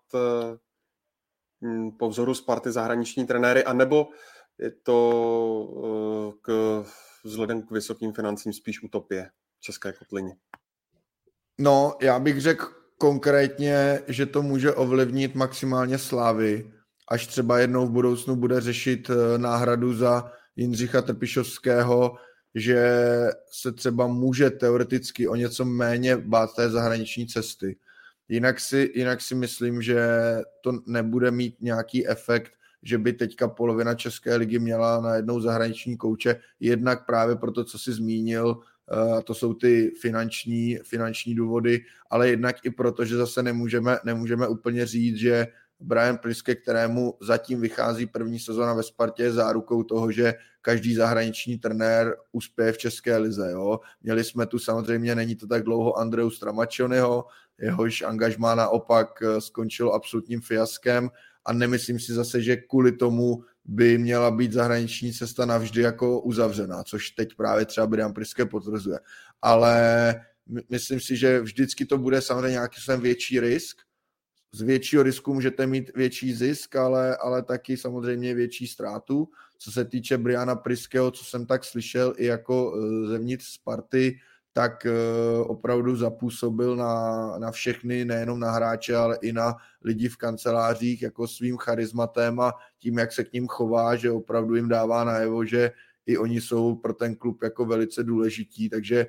po vzoru Sparty zahraniční trenéry, anebo je to vzhledem k vysokým financím spíš utopie české kotlině? No, já bych řekl konkrétně, že to může ovlivnit maximálně Slávy, až třeba jednou v budoucnu bude řešit náhradu za Jindřicha Trpišovského, že se třeba může teoreticky o něco méně bát té zahraniční cesty. Jinak si myslím, že to nebude mít nějaký efekt, že by teďka polovina České ligy měla najednou zahraniční kouče, jednak právě proto, co jsi zmínil, a to jsou ty finanční důvody, ale jednak i proto, že zase nemůžeme úplně říct, že Brian Priske, kterému zatím vychází první sezona ve Spartě, je zárukou toho, že každý zahraniční trenér uspěje v České lize. Jo? Měli jsme tu samozřejmě, není to tak dlouho, Andreu Stramačonyho, jehož angažmá naopak skončilo absolutním fiaskem a nemyslím si zase, že kvůli tomu by měla být zahraniční cesta navždy jako uzavřená, což teď právě třeba Brian Priske potvrzuje. Ale myslím si, že vždycky to bude samozřejmě nějaký větší risk. Z většího risku můžete mít větší zisk, ale taky samozřejmě větší ztrátu. Co se týče Briana Priskeho, co jsem tak slyšel i jako zevnitř Sparty, tak opravdu zapůsobil na všechny, nejenom na hráče, ale i na lidi v kancelářích jako svým charizmatem a tím, jak se k ním chová, že opravdu jim dává najevo, že i oni jsou pro ten klub jako velice důležití, takže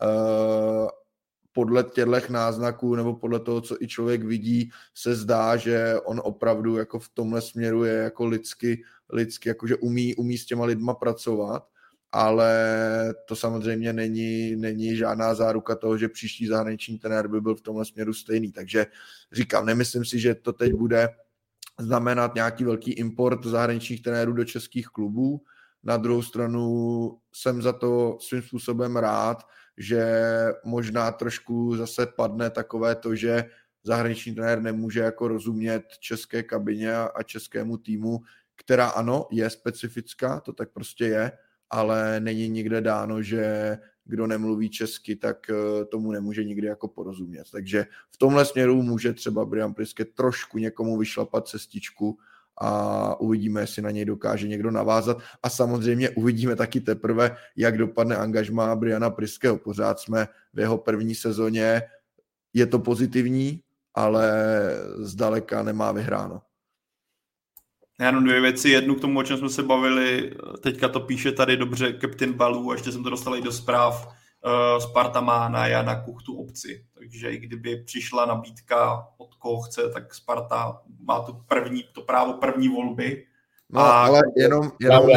podle těchto náznaků nebo podle toho, co i člověk vidí, se zdá, že on opravdu jako v tomhle směru je jako lidsky jakože umí s těma lidma pracovat, ale to samozřejmě není žádná záruka toho, že příští zahraniční trenér by byl v tomhle směru stejný. Takže říkám, nemyslím si, že to teď bude znamenat nějaký velký import zahraničních trenérů do českých klubů. Na druhou stranu jsem za to svým způsobem rád, že možná trošku zase padne takové to, že zahraniční trenér nemůže jako rozumět české kabině a českému týmu, která ano, je specifická, to tak prostě je, ale není nikde dáno, že kdo nemluví česky, tak tomu nemůže nikdy jako porozumět. Takže v tomhle směru může třeba Brian Priske trošku někomu vyšlapat cestičku a uvidíme, jestli na něj dokáže někdo navázat. A samozřejmě uvidíme taky teprve, jak dopadne angažmá Briana Priskeho. Pořád jsme v jeho první sezóně. Je to pozitivní, ale zdaleka nemá vyhráno. Já jenom dvě věci. Jednu k tomu, o čem jsme se bavili. Teďka to píše tady dobře Captain Balů a ještě jsem to dostal i do zpráv. Sparta má na Jana Kuchtu opci. Takže i kdyby přišla nabídka od koho chce, tak Sparta má to právo první volby. No, ale jenom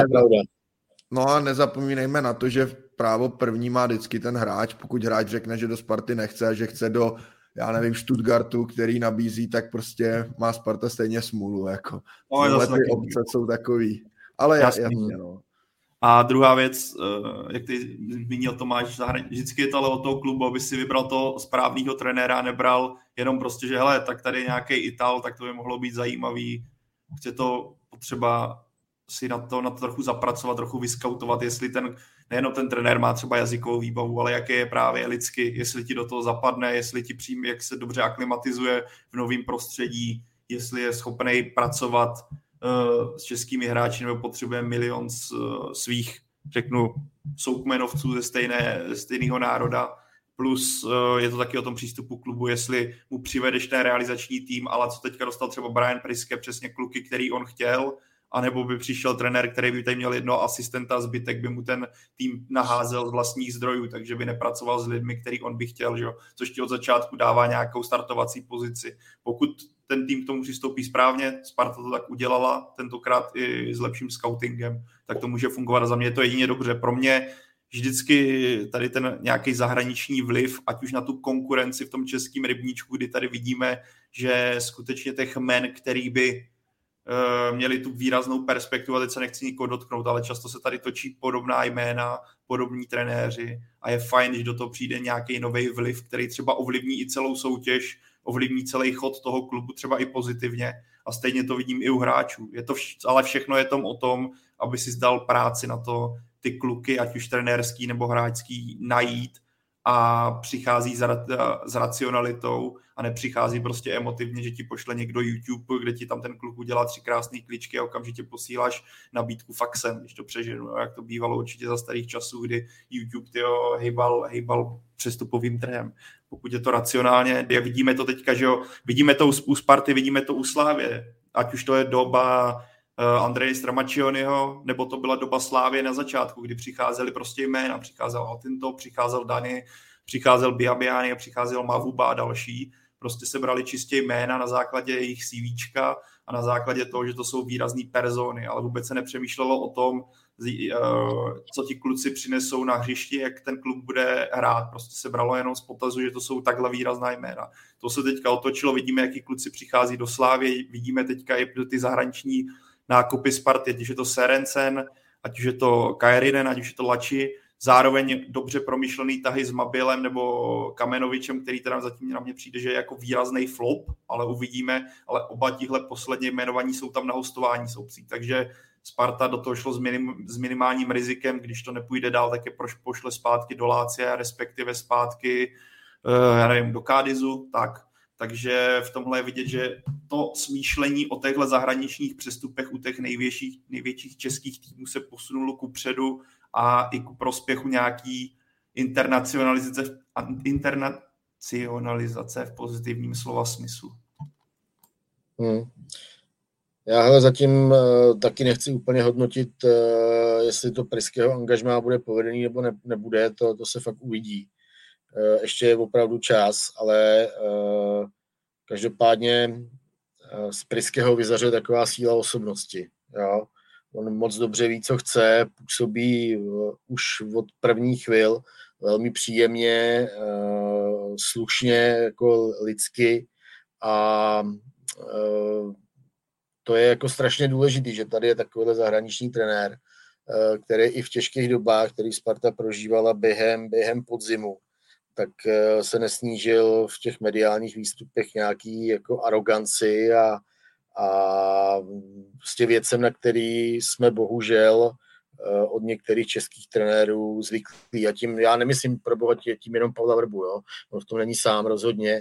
no a nezapomínejme na to, že právo první má vždycky ten hráč. Pokud hráč řekne, že do Sparty nechce a že chce do, já nevím, Stuttgartu, který nabízí, tak prostě má Sparta stejně smůlu. Jako. Ty obce jsou takový. Ale jasně, no. A druhá věc, jak ty zmínil Tomáš, vždycky je to ale od toho klubu, aby si vybral toho správného trenéra, nebral jenom prostě, že hele, tak tady je nějaký Ital, tak to by mohlo být zajímavý. Chce to potřeba si na to trochu zapracovat, trochu vyskautovat, jestli nejenom ten trenér má třeba jazykovou výbavu, ale jaké je právě lidsky, jestli ti do toho zapadne, jestli ti přijme, jak se dobře aklimatizuje v novém prostředí, jestli je schopný pracovat s českými hráči, nebo potřebuje milion svých, řeknu, soukmenovců ze stejného národa. Plus je to taky o tom přístupu klubu, jestli mu přivedeš ten realizační tým, ale co teďka dostal třeba Brian Priske, přesně kluky, který on chtěl, anebo by přišel trenér, který by tady měl jednoho asistenta, zbytek by mu ten tým naházel z vlastních zdrojů, takže by nepracoval s lidmi, který on by chtěl, že? Což ti od začátku dává nějakou startovací pozici. Pokud ten tým k tomu přistoupí správně, Sparta to tak udělala, tentokrát i s lepším scoutingem, tak to může fungovat. Za mě je to jedině dobře. Pro mě vždycky tady ten nějaký zahraniční vliv, ať už na tu konkurenci v tom českém rybníčku, kdy tady vidíme, že skutečně těch men, který by měli tu výraznou perspektivu, a teď se nechci nikoho dotknout, ale často se tady točí podobná jména, podobní trenéři a je fajn, když do toho přijde nějaký nový vliv, který třeba ovlivní i celou soutěž, ovlivní celý chod toho klubu třeba i pozitivně a stejně to vidím i u hráčů. Ale všechno je o tom, aby si zdal práci na to ty kluky, ať už trenérský nebo hráčský, najít a přichází s racionalitou a nepřichází prostě emotivně, že ti pošle někdo YouTube, kde ti tam ten kluk udělá 3 krásné kličky a okamžitě posíláš nabídku faxem, když to přeženu, jak to bývalo určitě za starých časů, kdy YouTube hejbal přestupovým trhem. Pokud je to racionálně, vidíme to teďka, že jo, vidíme to u Sparty, vidíme to u Slávie, ať už to je doba Andreje Stramaccioniho, nebo to byla doba Slávie na začátku, kdy přicházeli prostě jména, přicházel Altinto, přicházel Dani, přicházel Biabiani, přicházel Mavuba a další. Prostě se brali čistě jména na základě jejich CVčka a na základě toho, že to jsou výrazný persony, ale vůbec se nepřemýšlelo o tom, co ti kluci přinesou na hřišti, jak ten klub bude hrát. Prostě se bralo jenom z potazu, že to jsou takhle výrazná jména. To se teďka otočilo, vidíme, jaký kluci přichází do Slávy, vidíme teďka i ty zahraniční nákupy Sparty, ať už je to Serencen, ať už je to Kajerinen, ať už je to Lači, zároveň dobře promyšlený tahy s Mabilem nebo Kamenovičem, který teda zatím na mě přijde, že je jako výrazný flop, ale uvidíme, ale oba tihle posledně jmenovaní jsou tam na hostování soupří, takže Sparta do toho šlo s minimálním rizikem, když to nepůjde dál, tak je pošle zpátky do Lácia, respektive zpátky, já nevím, do Cádizu, takže v tomhle je vidět, že to smýšlení o těchto zahraničních přestupech u těch největších českých týmů se posunulo kupředu a i ku prospěchu nějaký internacionalizace v pozitivním slova smyslu. Já zatím taky nechci úplně hodnotit, jestli to Pryského angažmá bude povedený nebo nebude, to se fakt uvidí. Ještě je opravdu čas, ale každopádně z Pryského vyzařuje taková síla osobnosti. Jo? On moc dobře ví, co chce, působí už od prvních chvil velmi příjemně, slušně, jako lidsky a to je jako strašně důležitý, že tady je takovýhle zahraniční trenér, který i v těžkých dobách, který Sparta prožívala během podzimu, tak se nesnížil v těch mediálních výstupech nějaký jako aroganci a prostě věcem, na který jsme bohužel od některých českých trenérů zvyklí. A tím, já nemyslím pro boha tím jenom Pavla Vrbu, jo? On v tom není sám rozhodně.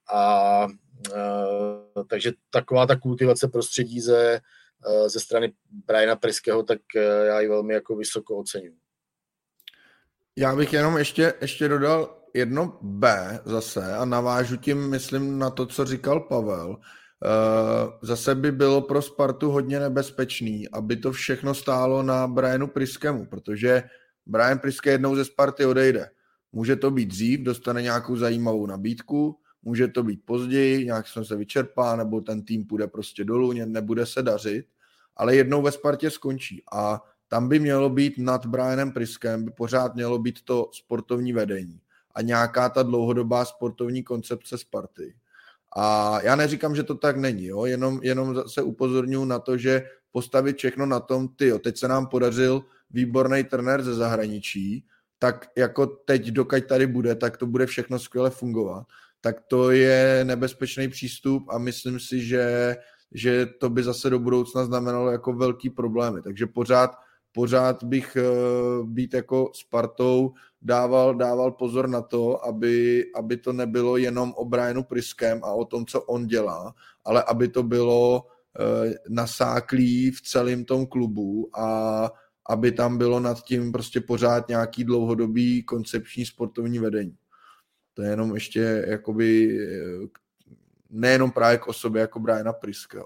Takže taková ta kultivace prostředí ze strany Briana Pryského, tak já ji velmi jako vysoko oceňuji. Já bych jenom ještě dodal jedno B zase a navážu tím, myslím, na to, co říkal Pavel. Zase by bylo pro Spartu hodně nebezpečný, aby to všechno stálo na Brianu Pryskému, protože Brian Pryský jednou ze Sparty odejde. Může to být dřív, dostane nějakou zajímavou nabídku, může to být později, nějak se vyčerpá, nebo ten tým půjde prostě dolů, nebude se dařit, ale jednou ve Spartě skončí a tam by mělo být nad Brianem Pryském, by pořád mělo být to sportovní vedení a nějaká ta dlouhodobá sportovní koncepce Sparty. A já neříkám, že to tak není, jo? Jenom se upozorňuji na to, že postavit všechno na tom, teď se nám podařil výborný trenér ze zahraničí, tak jako teď, dokud tady bude, tak to bude všechno skvěle fungovat. Tak to je nebezpečný přístup a myslím si, že to by zase do budoucna znamenalo jako velký problémy. Takže pořád bych být jako Spartou dával pozor na to, aby to nebylo jenom o Brianu Pryském a o tom, co on dělá, ale aby to bylo nasáklý v celém tom klubu a aby tam bylo nad tím prostě pořád nějaký dlouhodobý koncepční sportovní vedení. To je jenom ještě jakoby nejenom právě k osobě jako Briana Pryského.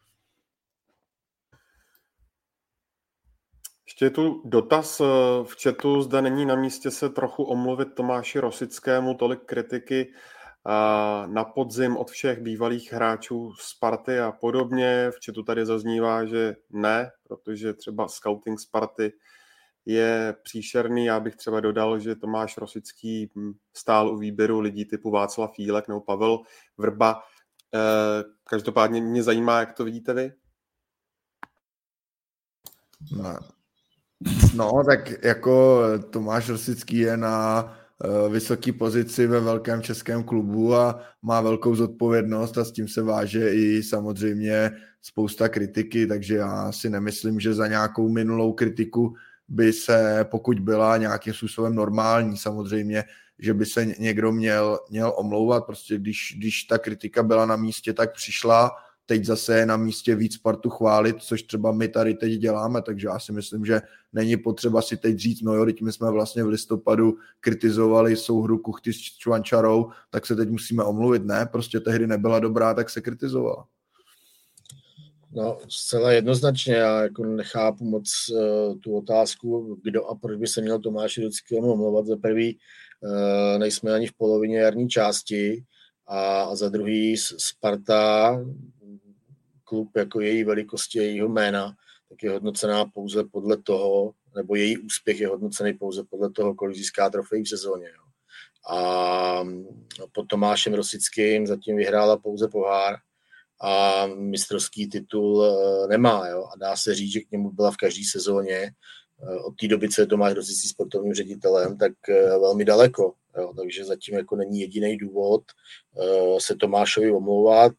Ještě je tu dotaz v chatu, zda není na místě se trochu omluvit Tomáši Rosickému, tolik kritiky na podzim od všech bývalých hráčů Sparty a podobně. V chatu tady zaznívá, že ne, protože třeba scouting Sparty je příšerný. Já bych třeba dodal, že Tomáš Rosický stál u výběru lidí typu Václav Fílek nebo Pavel Vrba. Každopádně mě zajímá, jak to vidíte vy. No, tak jako Tomáš Rosický je na vysoké pozici ve velkém českém klubu a má velkou zodpovědnost a s tím se váže i samozřejmě spousta kritiky, takže já si nemyslím, že za nějakou minulou kritiku by se, pokud byla nějakým způsobem normální, samozřejmě že by se někdo měl omlouvat. Prostě když ta kritika byla na místě, tak přišla. Teď zase je na místě víc Spartu chválit, což třeba my tady teď děláme, takže já si myslím, že není potřeba si teď říct, no jo, teď my jsme vlastně v listopadu kritizovali souhru Kuchty s Čvančarou, tak se teď musíme omluvit. Ne, prostě tehdy nebyla dobrá, tak se kritizovala. No, zcela jednoznačně, já jako nechápu moc tu otázku, kdo a proč by se měl Tomáši Rudickému omlouvat. Za prvý nejsme ani v polovině jarní části a za druhý Sparta, klub jako její velikosti, jejího jména, tak je hodnocená pouze podle toho, nebo její úspěch je hodnocený pouze podle toho, kolik získá trofejí v sezóně. Jo. A pod Tomášem Rosickým zatím vyhrála pouze pohár a mistrovský titul nemá. Jo. A dá se říct, že k němu byla v každé sezóně. Od té doby, co je Tomáš Rosický sportovním ředitelem, tak velmi daleko. Jo. Takže zatím jako není jediný důvod se Tomášovi omlouvat.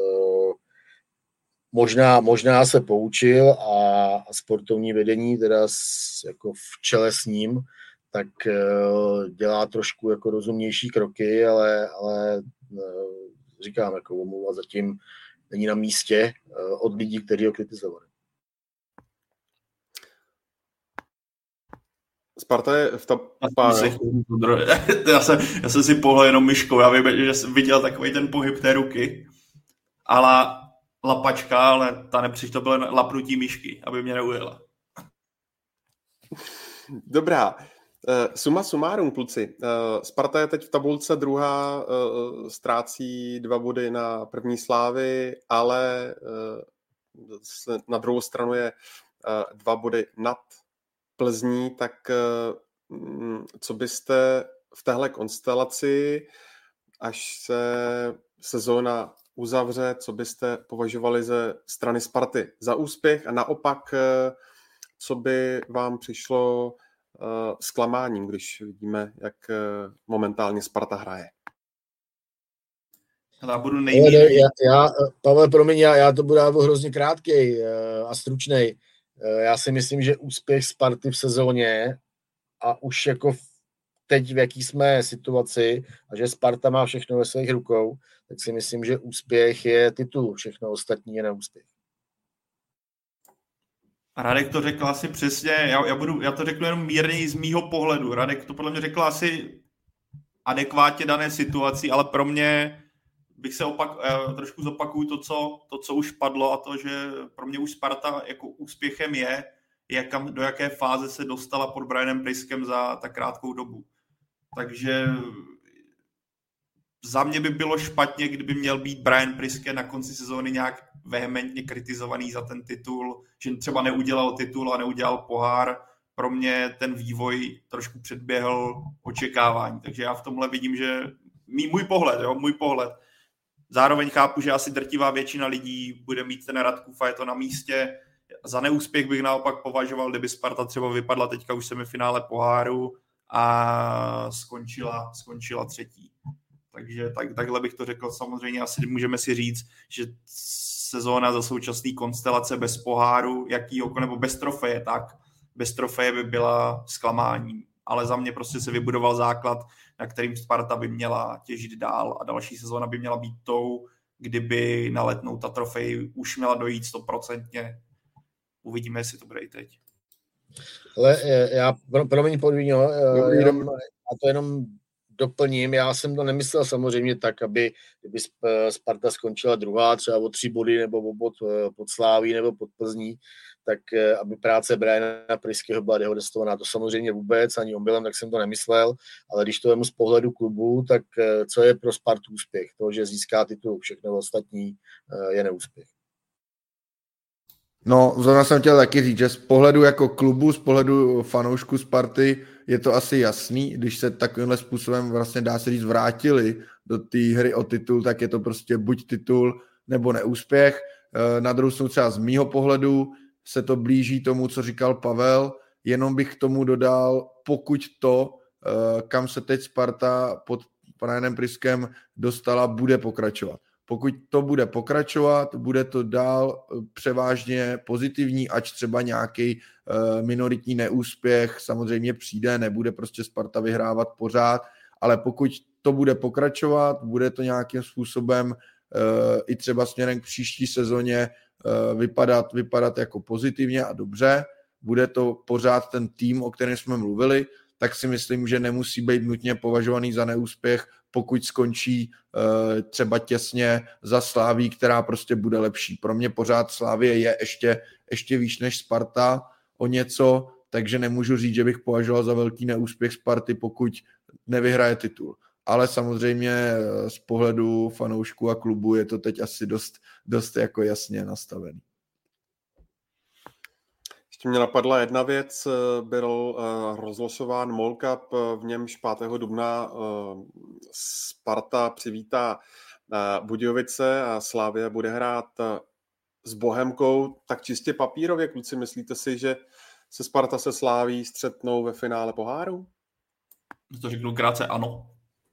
Možná se poučil a sportovní vedení teda jako v čele s ním, tak dělá trošku jako rozumnější kroky, ale říkám, jako omlouva zatím není na místě od lidí, kteří ho kritizovali. Sparta je v Já jsem si pohled jenom myškou, já vím, že jsem viděl takový ten pohyb té ruky, ale lapačka, ale ta nepřišlo, to bylo lapnutí myšky, aby mě neujela. Dobrá. Suma sumárum, kluci. Sparta je teď v tabulce druhá, ztrácí 2 body na první Slávy, ale na druhou stranu je 2 body nad Plzní, tak co byste v téhle konstelaci, až se sezóna uzavře, co byste považovali ze strany Sparty za úspěch a naopak, co by vám přišlo zklamáním, když vidíme, jak momentálně Sparta hraje? Já budu Pavel, promiň, já to budu hrozně krátkej a stručnej. Já si myslím, že úspěch Sparty v sezóně a už jako teď v jaký jsme situaci a že Sparta má všechno ve svých rukou, tak si myslím, že úspěch je titul, všechno ostatní je neúspěch. Radek to řekl asi přesně, já to řeknu jenom mírněji z mýho pohledu. Radek to podle mě řekl asi adekvátně dané situaci, ale pro mě bych se trošku zopakuju to, co už padlo, a to, že pro mě už Sparta jako úspěchem je do jaké fáze se dostala pod Brianem Priskem za tak krátkou dobu. Takže za mě by bylo špatně, kdyby měl být Brian Priske na konci sezóny nějak vehementně kritizovaný za ten titul, že třeba neudělal titul a neudělal pohár. Pro mě ten vývoj trošku předběhl očekávání. Takže já v tomhle vidím, že můj pohled. Zároveň chápu, že asi drtivá většina lidí bude mít ten Radkův a je to na místě. Za neúspěch bych naopak považoval, kdyby Sparta třeba vypadla teďka už semifinále poháru a skončila třetí. Takže takhle bych to řekl. Samozřejmě asi můžeme si říct, že sezóna za současný konstelace bez poháru, nebo bez trofeje, tak bez trofeje by byla zklamáním. Ale za mě prostě se vybudoval základ, na kterým Sparta by měla těžit dál a další sezóna by měla být tou, kdyby na Letnou ta trofej už měla dojít 100%. Uvidíme, jestli to bude i teď. Ale já, promiň Podvíňo, a to jenom doplním, já jsem to nemyslel samozřejmě tak, kdyby Sparta skončila druhá, třeba o 3 body nebo pod Sláví nebo pod Plzní, tak aby práce Briana Priskeho byla dehonestovaná. To samozřejmě vůbec, ani omylem, tak jsem to nemyslel, ale když to vemu z pohledu klubu, tak co je pro Spartu úspěch? To, že získá titul, všechno ostatní je neúspěch. No, zrovna jsem chtěl taky říct, že z pohledu jako klubu, z pohledu fanoušku Sparty je to asi jasný, když se takovýmhle způsobem vlastně dá se říct vrátili do té hry o titul, tak je to prostě buď titul nebo neúspěch. Na druhou stranu třeba z mýho pohledu se to blíží tomu, co říkal Pavel, jenom bych k tomu dodal, pokud to, kam se teď Sparta pod Brianem Priskem dostala, bude pokračovat. Pokud to bude pokračovat, bude to dál převážně pozitivní, ač třeba nějaký minoritní neúspěch samozřejmě přijde, nebude prostě Sparta vyhrávat pořád, ale pokud to bude pokračovat, bude to nějakým způsobem i třeba směrem k příští sezóně vypadat jako pozitivně a dobře, bude to pořád ten tým, o kterém jsme mluvili, tak si myslím, že nemusí být nutně považovaný za neúspěch, pokud skončí třeba těsně za Sláví, která prostě bude lepší. Pro mě pořád Slávie je ještě výš než Sparta o něco, takže nemůžu říct, že bych považoval za velký neúspěch Sparty, pokud nevyhraje titul. Ale samozřejmě z pohledu fanoušků a klubu je to teď asi dost jako jasně nastavený. Ještě mě napadla jedna věc, byl rozlosován MOL Cup, v němž 5. dubna Sparta přivítá Budějovice a Slavia bude hrát s Bohemkou. Tak čistě papírově, kluci, myslíte si, že se Sparta se Slaví střetnou ve finále poháru? To řeknu krátce ano.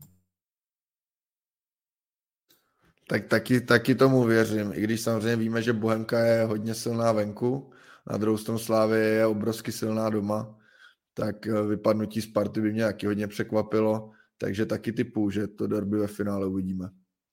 Tak taky tomu věřím, i když samozřejmě víme, že Bohemka je hodně silná venku, na druhou stranu Slavie je obrovsky silná doma, tak vypadnutí Sparty by mě taky hodně překvapilo, takže taky typu, že to derby ve finále uvidíme.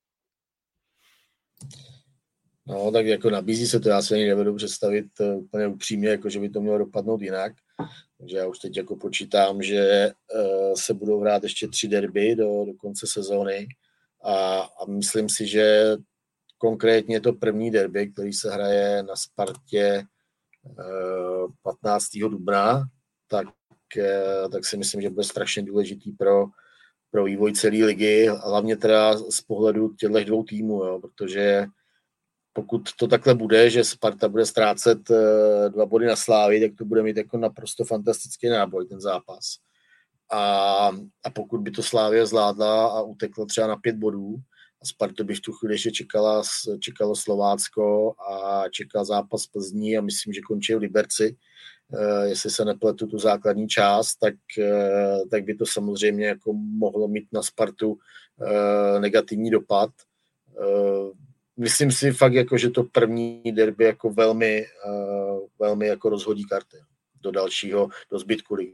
No, tak jako nabízí se to, já si ani nevedu představit úplně upřímně, jako že by to mělo dopadnout jinak. Takže já už teď jako počítám, že se budou hrát ještě 3 derby do konce sezóny a myslím si, že konkrétně to první derby, který se hraje na Spartě 15. dubna, tak si myslím, že bude strašně důležitý pro vývoj celé ligy, hlavně teda z pohledu těchto 2 týmů, jo, protože pokud to takhle bude, že Sparta bude ztrácet 2 body na Slávii, tak to bude mít jako naprosto fantastický náboj, ten zápas. A pokud by to Slavia zvládla a utekla třeba na 5 bodů, a Sparta by v tu chvíli ještě čekalo Slovácko a čekal zápas Plzní a myslím, že končí v Liberci, jestli se nepletu tu základní část, tak by to samozřejmě jako mohlo mít na Spartu negativní dopad. Myslím si fakt, jako, že to první derby jako velmi jako rozhodí karty do zbytku ligy.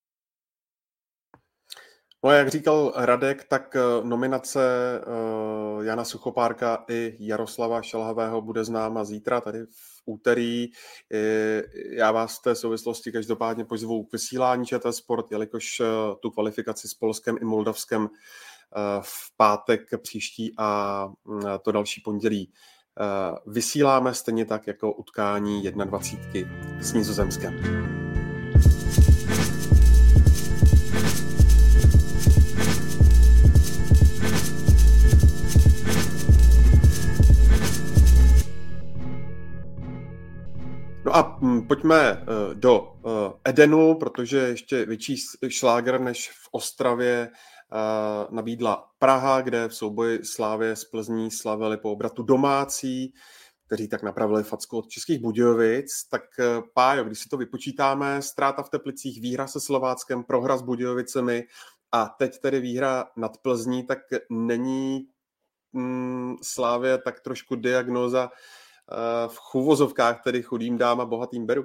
No a jak říkal Radek, tak nominace Jana Suchopárka i Jaroslava Šelhavého bude známa zítra, tady v úterý. Já vás v té souvislosti každopádně pozvu k vysílání ČT Sport, jelikož tu kvalifikaci s Polskem i Moldavskem v pátek příští a to další pondělí vysíláme, stejně tak jako utkání 21 s Nizozemskem. No a pojďme do Edenu, protože ještě větší šláger než v Ostravě nabídla Praha, kde v souboji Slavie s Plzní slavili po obratu domácí, kteří tak napravili facku od Českých Budějovic. Tak Pájo, když si to vypočítáme, ztráta v Teplicích, výhra se Slováckem, prohra s Budějovicemi a teď tedy výhra nad Plzní, tak není Slavie tak trošku diagnóza v chuvozovkách, tedy chudým dám a bohatým beru?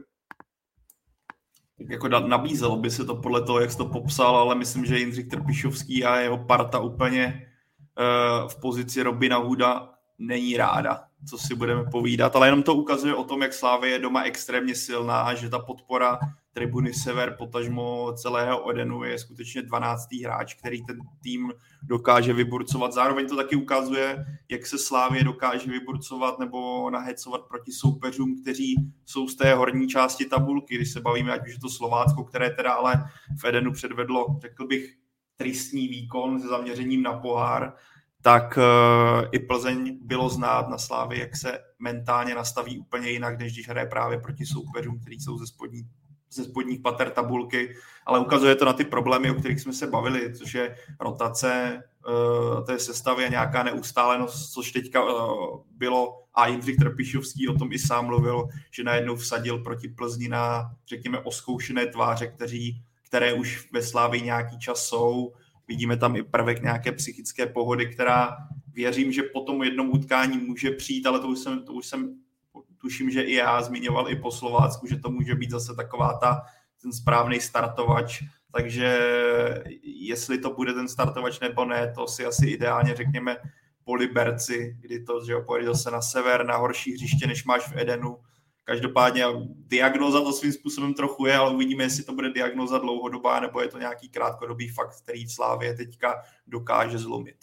Jako nabízelo by se to podle toho, jak jsi to popsal, ale myslím, že Jindřich Trpišovský a jeho parta úplně v pozici Robina Hooda není ráda, co si budeme povídat, ale jenom to ukazuje o tom, jak Slavie je doma extrémně silná a že ta podpora tribuny Sever, potažmo celého Edenu je skutečně 12. hráč, který ten tým dokáže vyburcovat. Zároveň to taky ukazuje, jak se Slavie dokáže vyburcovat nebo nahecovat proti soupeřům, kteří jsou z té horní části tabulky. Když se bavíme, ať už je to Slovácko, které teda ale v Edenu předvedlo, řekl bych, tristní výkon se zaměřením na pohár, tak i Plzeň bylo znát na Slavii, jak se mentálně nastaví úplně jinak, než když hraje právě proti soupeřům, kteří jsou ze spodních pater tabulky, ale ukazuje to na ty problémy, o kterých jsme se bavili, což je rotace té sestavy a nějaká neustálenost, což teďka bylo, a Jindřich Trpišovský o tom i sám mluvil, že najednou vsadil proti Plzni na, řekněme, oskoušené tváře, které už ve Slavii nějaký čas jsou. Vidíme tam i prvek nějaké psychické pohody, která věřím, že po tom jednom utkání může přijít, ale to už jsem tuším, že i já zmiňoval i po Slovácku, že to může být zase taková ten správný startovač, takže jestli to bude ten startovač nebo ne, to si asi ideálně řekněme po Liberci, kdy to, že pojede zase na sever, na horší hřiště, než máš v Edenu. Každopádně diagnóza to svým způsobem trochu je, ale uvidíme, jestli to bude diagnóza dlouhodobá, nebo je to nějaký krátkodobý fakt, který Slavie teďka dokáže zlomit.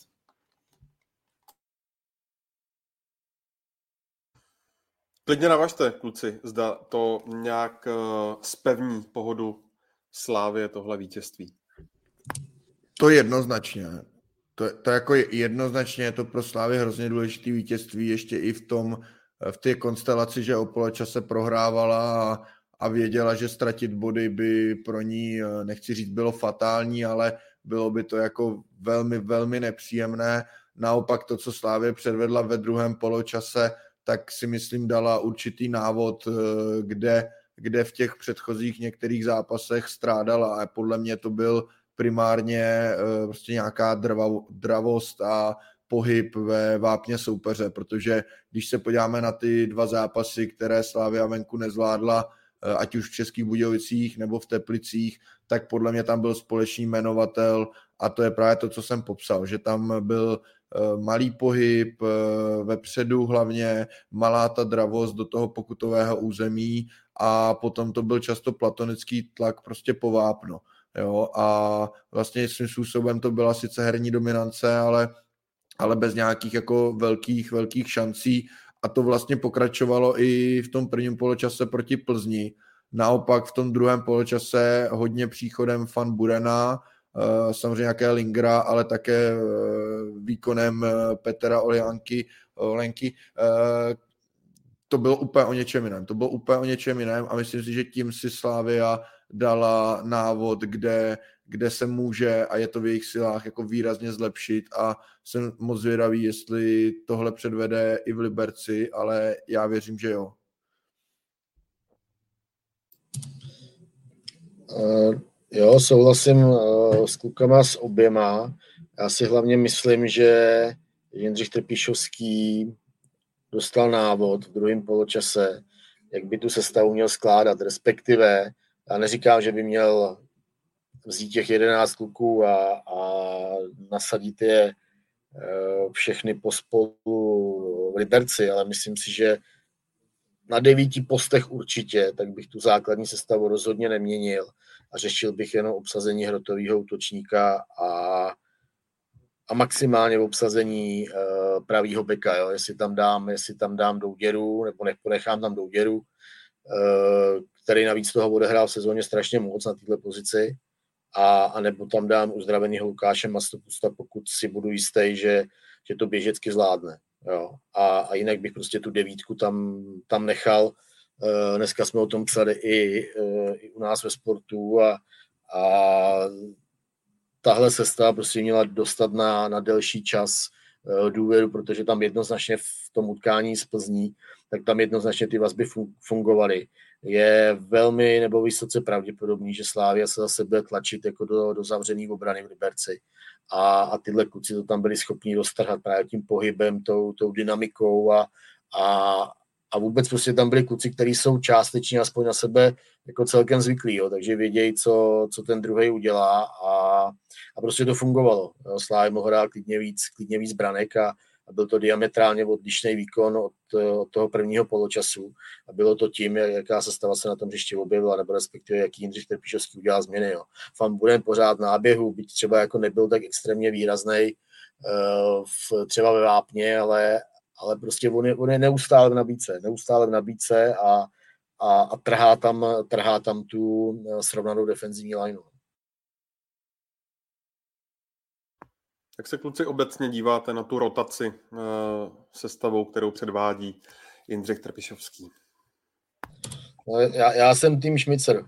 Klidně navažte, kluci, zda to nějak zpevní pohodu Slavie tohle vítězství. To jednoznačně. To jako jednoznačně je to pro Slavii hrozně důležitý vítězství, ještě i v té konstelaci, že o poločase prohrávala a věděla, že ztratit body by pro ní, nechci říct, bylo fatální, ale bylo by to jako velmi, velmi nepříjemné. Naopak to, co Slavie předvedla ve druhém poločase, tak si myslím dala určitý návod, kde v těch předchozích některých zápasech strádala a podle mě to byl primárně prostě nějaká dravost a pohyb ve vápně soupeře, protože když se podíváme na ty dva zápasy, které Slavia venku nezvládla, ať už v Českých Budějovicích nebo v Teplicích, tak podle mě tam byl společný jmenovatel a to je právě to, co jsem popsal, že tam byl malý pohyb vepředu hlavně, malá ta dravost do toho pokutového území a potom to byl často platonický tlak prostě po vápno. Jo, a vlastně svým způsobem to byla sice herní dominance, ale bez nějakých jako velkých šancí a to vlastně pokračovalo i v tom prvním poločase proti Plzni. Naopak v tom druhém poločase hodně příchodem Van Burena, samozřejmě nějaké Lingra, ale také výkonem Petra Olenky. To bylo úplně o něčem jiném. A myslím si, že tím si Slavia dala návod, kde se může a je to v jejich silách jako výrazně zlepšit a jsem moc zvědavý, jestli tohle předvede i v Liberci, ale já věřím, že jo. Jo, souhlasím s klukama s oběma. Já si hlavně myslím, že Jindřich Trpišovský dostal návod v druhém poločase, jak by tu sestavu měl skládat, respektive já neříkám, že by měl vzít těch 11 kluků a nasadit je všechny pospolu v Liberci, ale myslím si, že na 9 postech určitě, tak bych tu základní sestavu rozhodně neměnil a řešil bych jenom obsazení hrotového útočníka a maximálně v obsazení pravýho beka, jo? Jestli tam dám Douděru, nebo ponechám tam Douděru, který navíc toho odehrál v sezóně strašně moc na této pozici, a nebo tam dám uzdravenýho Lukáše Mastopusta, pokud si budu jistý, že to běžecky zvládne. Jo? A jinak bych prostě tu 9 tam nechal. Dneska jsme o tom psali i u nás ve Sportu a tahle sestava prostě měla dostat na delší čas důvěru, protože tam jednoznačně v tom utkání z Plzní, tak tam jednoznačně ty vazby fungovaly. Je velmi nebo vysoce pravděpodobný, že Slavia se zase bude tlačit jako do zavřený obrany v Liberci. A tyhle kluci to tam byli schopni roztrhat právě tím pohybem, tou dynamikou a vůbec prostě tam byli kluci, kteří jsou částečně aspoň na sebe jako celkem zvyklí, jo, takže vědějí, co ten druhý udělá a prostě to fungovalo. Slavia mohl hrát klidně víc branek a byl to diametrálně odlišný výkon od toho prvního poločasu a bylo to tím, jaká sestava se na tom hřišti objevila, nebo respektive jaký Jindřich Trpišovský udělal změny. Jo. Van Buren pořád náběhu, byť třeba jako nebyl tak extrémně výraznej třeba ve vápně, ale prostě on je neustále v nabídce a trhá tam tu srovnanou defenzivní lineu. Jak se, kluci, obecně díváte na tu rotaci sestavou, kterou předvádí Jindřich Trpišovský? No, já jsem tým Šmicer.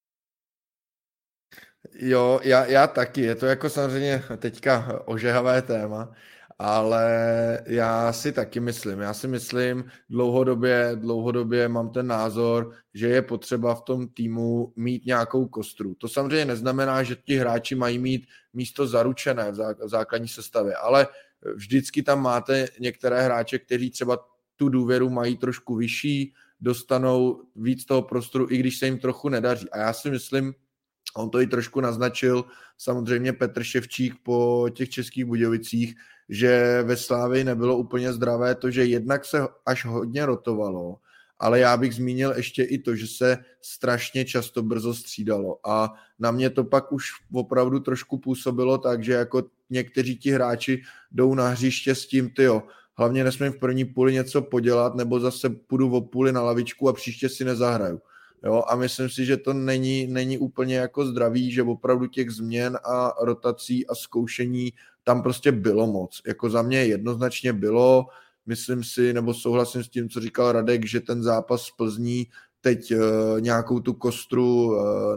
Jo, já taky. Je to jako samozřejmě teďka ožehavé téma, ale já si taky myslím. Já si myslím, dlouhodobě mám ten názor, že je potřeba v tom týmu mít nějakou kostru. To samozřejmě neznamená, že ti hráči mají mít místo zaručené v základní sestavě, ale vždycky tam máte některé hráče, kteří třeba tu důvěru mají trošku vyšší, dostanou víc toho prostoru, i když se jim trochu nedaří. A já si myslím, On to i trošku naznačil samozřejmě Petr Ševčík po těch Českých Budějovicích, že ve Slávii nebylo úplně zdravé to, že jednak se až hodně rotovalo, ale já bych zmínil ještě i to, že se strašně často brzo střídalo a na mě to pak už opravdu trošku působilo tak, že jako někteří ti hráči jdou na hřiště s tím, hlavně nesmím v první půli něco podělat, nebo zase půjdu o půli na lavičku a příště si nezahraju. Jo, a myslím si, že to není úplně jako zdravý, že opravdu těch změn a rotací a zkoušení tam prostě bylo moc. Jako za mě jednoznačně bylo, myslím si, nebo souhlasím s tím, co říkal Radek, že ten zápas v Plzní teď nějakou tu kostru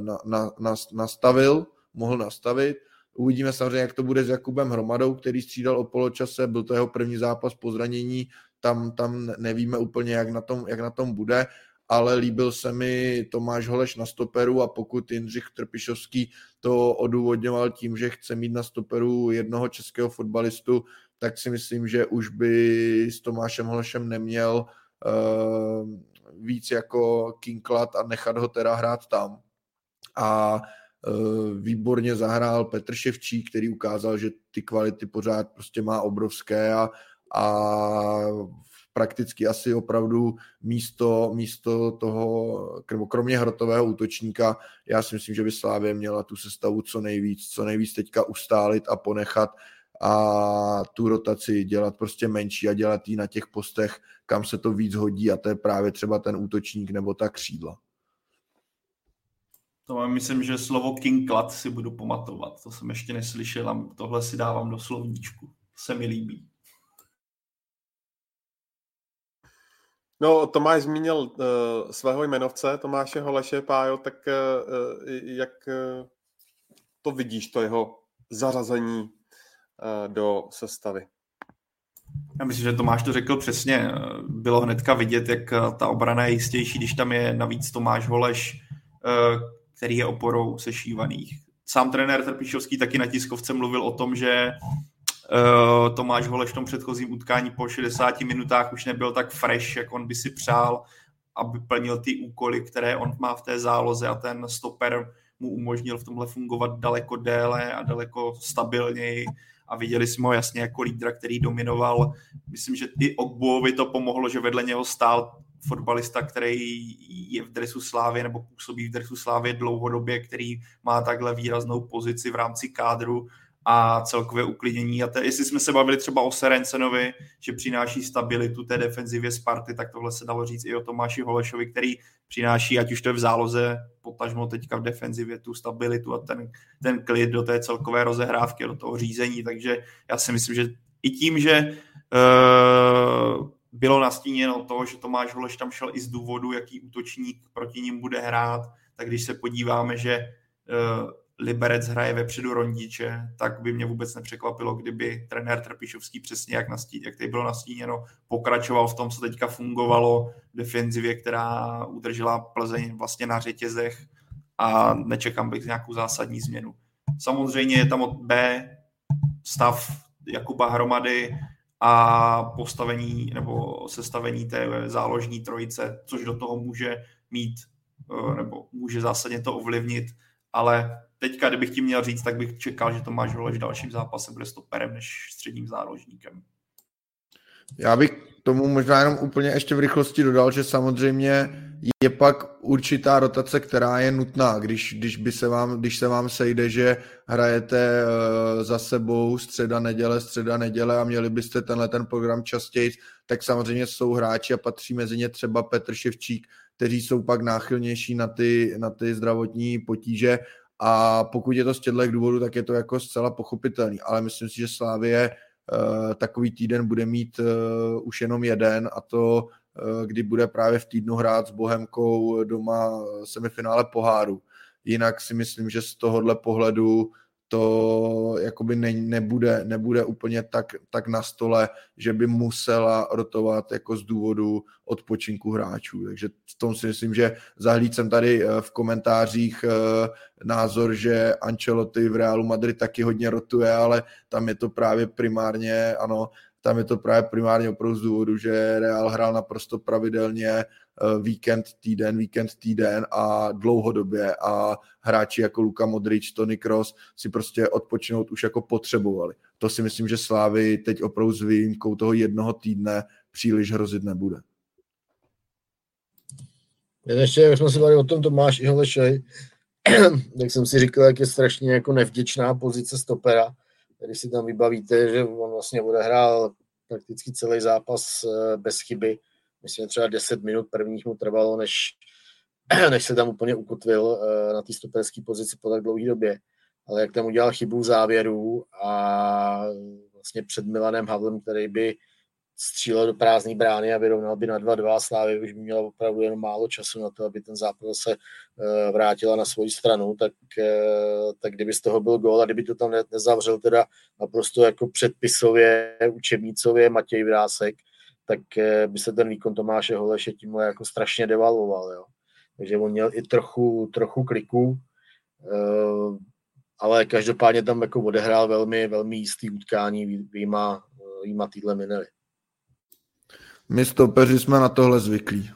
mohl nastavit. Uvidíme samozřejmě, jak to bude s Jakubem Hromadou, který střídal o poločase, byl to jeho první zápas po zranění, tam nevíme úplně, jak na tom bude, ale líbil se mi Tomáš Holeš na stoperu a pokud Jindřich Trpišovský to odůvodňoval tím, že chce mít na stoperu jednoho českého fotbalistu, tak si myslím, že už by s Tomášem Holešem neměl víc jako kinklat a nechat ho teda hrát tam. A výborně zahrál Petr Ševčík, který ukázal, že ty kvality pořád prostě má obrovské a prakticky asi opravdu místo toho, kromě hrotového útočníka, já si myslím, že by Slavie měla tu sestavu co nejvíc teďka ustálit a ponechat a tu rotaci dělat prostě menší a dělat ji na těch postech, kam se to víc hodí a to je právě třeba ten útočník nebo ta křídla. To myslím, že slovo kinklat si budu pamatovat. To jsem ještě neslyšel a tohle si dávám do slovníčku. Se mi líbí. No, Tomáš zmínil svého jmenovce, Tomáše Holeše, Pájo, tak jak to vidíš, to jeho zařazení do sestavy? Já myslím, že Tomáš to řekl přesně. Bylo hnedka vidět, jak ta obrana je jistější, když tam je navíc Tomáš Holeš, který je oporou sešívaných. Sám trenér Trpišovský taky na tiskovce mluvil o tom, že Tomáš Holeš v tom předchozím utkání po 60 minutách už nebyl tak fresh, jak on by si přál, aby plnil ty úkoly, které on má v té záloze a ten stoper mu umožnil v tomhle fungovat daleko déle a daleko stabilněji a viděli jsme ho jasně jako lídra, který dominoval. Myslím, že i Ogbuovi to pomohlo, že vedle něho stál fotbalista, který je v dresu Slávie nebo působí v dresu Slávie dlouhodobě, který má takhle výraznou pozici v rámci kádru a celkové uklidnění. A jestli jsme se bavili třeba o Serencenovi, že přináší stabilitu té defenzivě Sparty, tak tohle se dalo říct i o Tomáši Holešovi, který přináší, ať už to je v záloze, potažmo teďka v defenzivě, tu stabilitu a ten klid do té celkové rozehrávky, do toho řízení. Takže já si myslím, že i tím, že bylo nastíněno to, že Tomáš Holeš tam šel i z důvodu, jaký útočník proti ním bude hrát, tak když se podíváme, že Liberec hraje vepředu Rondiče, tak by mě vůbec nepřekvapilo, kdyby trenér Trpišovský přesně jak tady bylo nastíněno, pokračoval v tom, co teďka fungovalo v defenzivě, která udržela Plzeň vlastně na řetězech a nečekám bych nějakou zásadní změnu. Samozřejmě je tam od B stav Jakuba Hromady a postavení nebo sestavení té záložní trojice, což do toho může mít nebo může zásadně to ovlivnit, ale teďka, kdybych tím měl říct, tak bych čekal, že Tomáš Holeš v dalším zápase bude stoperem než středním záložníkem. Já bych tomu možná jenom úplně ještě v rychlosti dodal, že samozřejmě je pak určitá rotace, která je nutná, když se vám sejde, že hrajete za sebou středa neděle a měli byste ten program častěji, tak samozřejmě jsou hráči a patří mezi ně třeba Petr Ševčík, kteří jsou pak náchylnější na ty zdravotní potíže a pokud je to z těchto důvodů, tak je to jako zcela pochopitelný, ale myslím si, že Slavie takový týden bude mít už jenom jeden a to, kdy bude právě v týdnu hrát s Bohemkou doma semifinále poháru. Jinak si myslím, že z tohohle pohledu to jakoby nebude úplně tak na stole, že by musela rotovat jako z důvodu odpočinku hráčů. Takže v tom si myslím, že zahlíd jsem tady v komentářích názor, že Ancelotti v Realu Madrid taky hodně rotuje, ale tam je to právě primárně, ano, tam je to právě primárně opravdu z důvodu, že Real hrál naprosto pravidelně víkend, týden a dlouhodobě a hráči jako Luka Modrič, Toni Kroos si prostě odpočinout už jako potřebovali. To si myslím, že Slávy teď opravdu s výjimkou toho jednoho týdne příliš hrozit nebude. Ještě, jak jsme si bavili o tom Tomáši Holešovi, tak jsem si říkal, jak je strašně jako nevděčná pozice stopera. Když si tam vybavíte, že on vlastně odehrál prakticky celý zápas bez chyby. Myslím, třeba 10 minut prvních mu trvalo, než se tam úplně ukotvil na té stoperské pozici po tak dlouhé době. Ale jak tam udělal chybu v závěru a vlastně před Milanem Havlem, který by střílel do prázdné brány a vyrovnal by na 2-2, Slávy už by měla opravdu jen málo času na to, aby ten zápas se vrátila na svoji stranu, tak kdyby z toho byl gól a kdyby to tam nezavřel teda naprosto jako předpisově, učebnicově Matěj Vrásek, tak by se ten výkon Tomáše Holeše tímhle jako strašně devalvoval. Jo. Takže on měl i trochu kliku, ale každopádně tam jako odehrál velmi, velmi jistý utkání výjima týhle minely. My stopeři jsme na tohle zvyklí.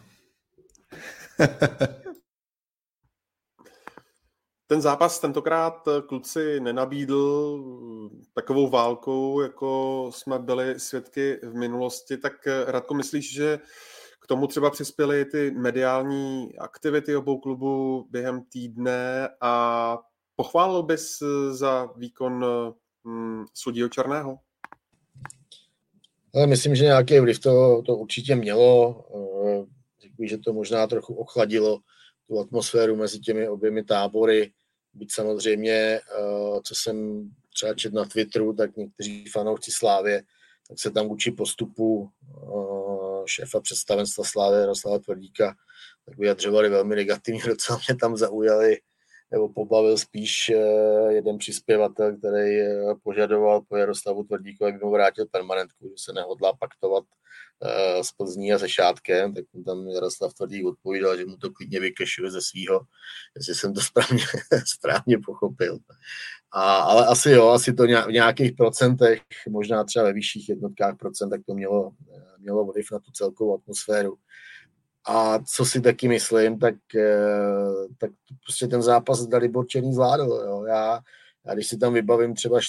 Ten zápas tentokrát kluci nenabídl takovou válkou, jako jsme byli svědky v minulosti. Tak Radko, myslíš, že k tomu třeba přispěly ty mediální aktivity obou klubů během týdne a pochválil bys za výkon sudího Černého? Ale myslím, že nějaký vliv to určitě mělo. Řekl, že to možná trochu ochladilo tu atmosféru mezi těmi oběmi tábory. Byť samozřejmě, co jsem třeba četl na Twitteru, tak někteří fanoušci Slávě, tak se tam vůči postupu šéfa představenstva Slávy Jaroslava Tvrdíka tak vyjadřovali velmi negativně, docela mě tam zaujali, nebo pobavil spíš jeden přispěvatel, který požadoval po Jaroslavu Tvrdíkovi, aby mu vrátil permanentku, že se nehodlá paktovat s Plzní a se Šátkem, tak mu tam Jaroslav Tvrdík odpovídal, že mu to klidně vykešuje ze svýho, jestli jsem to správně pochopil. Ale asi to v nějakých procentech, možná třeba ve vyšších jednotkách procent, tak to mělo vliv na tu celkovou atmosféru. A co si taky myslím, tak prostě ten zápas Dalibor Černý zvládl. Jo. Já když si tam vybavím třeba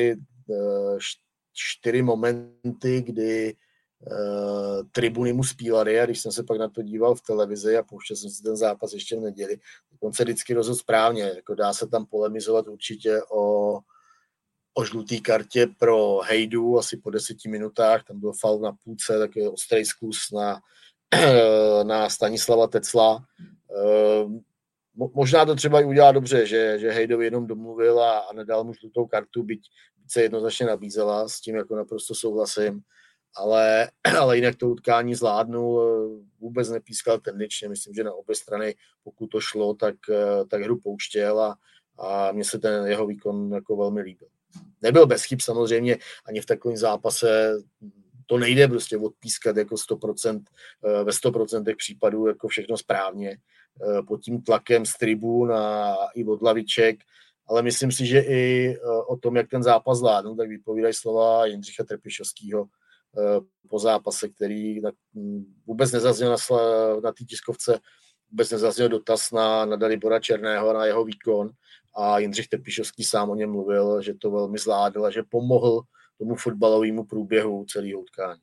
4 momenty, kdy tribuny mu zpívaly a když jsem se pak na to díval v televizi a pouštěl jsem si ten zápas ještě v neděli, tak on se vždycky rozhodl správně. Jako dá se tam polemizovat určitě o žlutý kartě pro Hejdu asi po 10 minutách, tam byl faul na půlce, takový ostrý zkus na Stanislava Tecla. Možná to třeba i udělá dobře, že Hejdovi jenom domluvil a nedal mu žlutou kartu, byť se jednoznačně nabízela, s tím jako naprosto souhlasím, ale jinak to utkání zvládnul, vůbec nepískal tendenčně, myslím, že na obě strany, pokud to šlo, tak hru pouštěl a mně se ten jeho výkon jako velmi líbil. Nebyl bez chyb samozřejmě, ani v takovém zápase to nejde prostě odpískat jako 100%, ve 100% případů jako všechno správně, pod tím tlakem z tribun a i od laviček, ale myslím si, že i o tom, jak ten zápas zvládnu, tak vypovídají slova Jindřicha Trpišovského po zápase, který vůbec nezazněl na té tiskovce, vůbec nezazněl dotaz na Dalibora Černého, na jeho výkon a Jindřich Trpišovský sám o něm mluvil, že to velmi zvládl a že pomohl tomu fotbalovému průběhu celého utkání.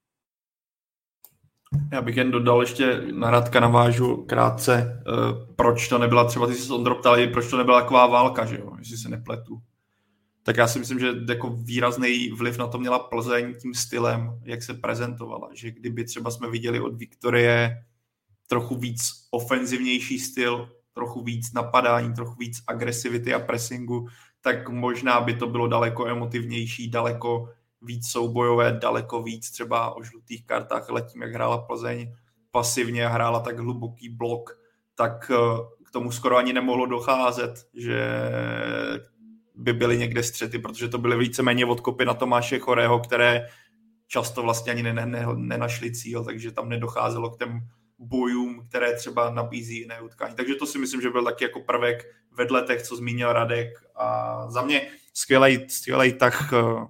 Já bych jen dodal ještě na Radka navážu krátce, proč to nebyla třeba, ty jsi se Ondro ptali, proč to nebyla taková válka, že jo, jestli se nepletu. Tak já si myslím, že jako výrazný vliv na to měla Plzeň tím stylem, jak se prezentovala, že kdyby třeba jsme viděli od Viktorie trochu víc ofenzivnější styl, trochu víc napadání, trochu víc agresivity a pressingu, tak možná by to bylo daleko emotivnější, daleko víc soubojové, daleko víc třeba o žlutých kartách, ale tím, jak hrála Plzeň pasivně a hrála tak hluboký blok, tak k tomu skoro ani nemohlo docházet, že by byly někde střety, protože to byly víceméně odkopy na Tomáše Chorého, které často vlastně ani nenašli cíl, takže tam nedocházelo k těm bojům, které třeba nabízí jiné utkání. Takže to si myslím, že byl taky jako prvek vedle těch, co zmínil Radek. A za mě skvělej tah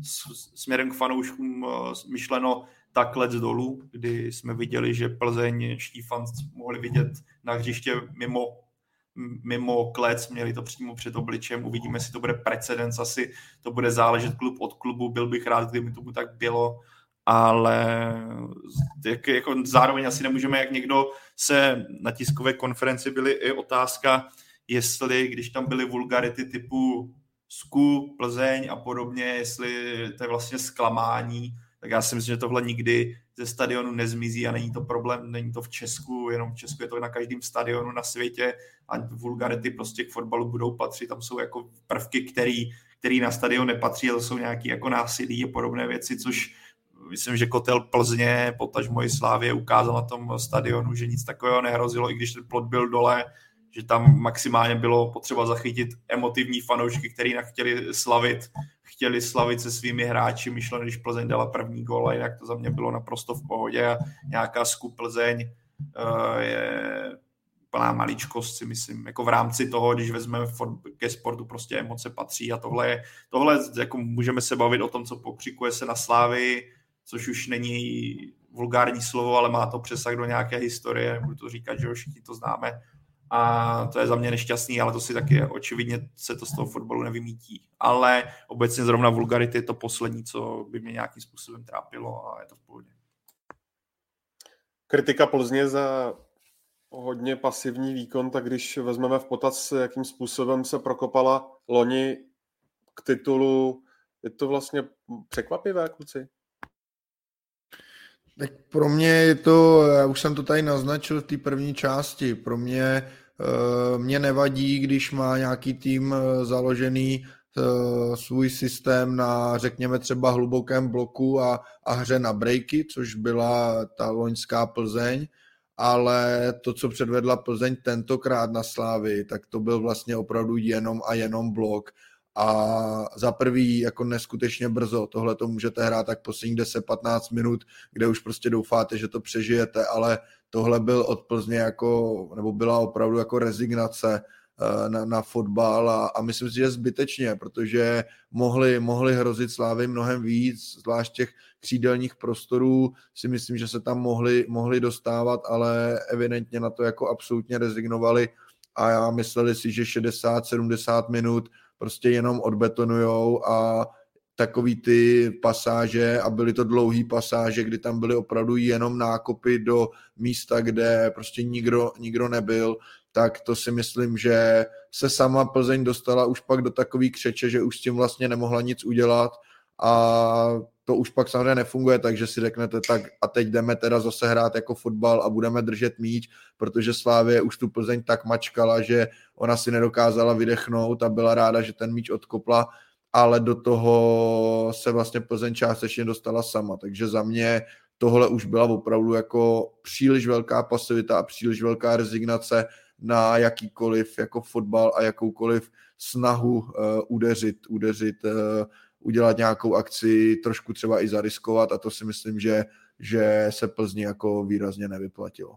směrem k fanouškům myšleno tak let dolů, kdy jsme viděli, že Plzeň Štífan mohli vidět na hřiště mimo klec, měli to přímo před obličem, uvidíme, jestli to bude precedens, asi to bude záležet klub od klubu, byl bych rád, kdyby tomu tak bylo, ale jako zároveň asi nemůžeme, jak někdo se na tiskové konferenci byly i otázka, jestli, když tam byly vulgarity typu Sku, Plzeň a podobně, jestli to je vlastně zklamání, tak já si myslím, že tohle nikdy ze stadionu nezmizí a není to problém, není to v Česku, jenom v Česku je to na každém stadionu na světě a vulgarity prostě k fotbalu budou patřit, tam jsou jako prvky, který na stadion nepatří, ale jsou nějaký jako násilí a podobné věci, což myslím, že kotel Plzně, potažmo i Slávě ukázal na tom stadionu, že nic takového nehrozilo, i když ten plot byl dole, že tam maximálně bylo potřeba zachytit emotivní fanoušky, kteří chtěli slavit se svými hráči, myšleno, když Plzeň dala první gól, a jinak to za mě bylo naprosto v pohodě a nějaká Sku Plzeň je plná maličkost, si myslím, jako v rámci toho, když vezmeme ke sportu, prostě emoce patří a tohle jako můžeme se bavit o tom, co pokřikuje se na Slávii, což už není vulgární slovo, ale má to přesah do nějaké historie, nebudu to říkat, že všichni to známe. A to je za mě nešťastný, ale to si taky očividně se to z toho fotbalu nevymítí. Ale obecně zrovna vulgarity je to poslední, co by mě nějakým způsobem trápilo a je to v pohodě. Kritika Plzně za hodně pasivní výkon, tak když vezmeme v potaz, jakým způsobem se prokopala loni k titulu, je to vlastně překvapivé, kluci? Tak pro mě je to, já už jsem to tady naznačil v té první části, pro mě nevadí, když má nějaký tým založený svůj systém na, řekněme, třeba hlubokém bloku a hře na breaky, což byla ta loňská Plzeň, ale to, co předvedla Plzeň tentokrát na Slávii, tak to byl vlastně opravdu jenom blok. A za prvý jako neskutečně brzo, tohle to můžete hrát tak posledních 10-15 minut, kde už prostě doufáte, že to přežijete, ale tohle byl od Plzně nebo byla opravdu jako rezignace na fotbal a myslím si, že zbytečně, protože mohli hrozit Slávy mnohem víc, zvlášť těch křídelních prostorů si myslím, že se tam mohli dostávat, ale evidentně na to jako absolutně rezignovali a mysleli si, že 60-70 minut prostě jenom odbetonujou a takový ty pasáže, a byly to dlouhý pasáže, kdy tam byly opravdu jenom nákopy do místa, kde prostě nikdo nebyl, tak to si myslím, že se sama Plzeň dostala už pak do takový křeče, že už s tím vlastně nemohla nic udělat a to už pak samozřejmě nefunguje, takže si řeknete tak a teď jdeme teda zase hrát jako fotbal a budeme držet míč, protože Slávie už tu Plzeň tak mačkala, že ona si nedokázala vydechnout a byla ráda, že ten míč odkopla, ale do toho se vlastně Plzeň částečně dostala sama, takže za mě tohle už byla opravdu jako příliš velká pasivita a příliš velká rezignace na jakýkoliv jako fotbal a jakoukoliv snahu udeřit, udělat nějakou akci, trošku třeba i zariskovat a to si myslím, že se Plzni jako výrazně nevyplatilo.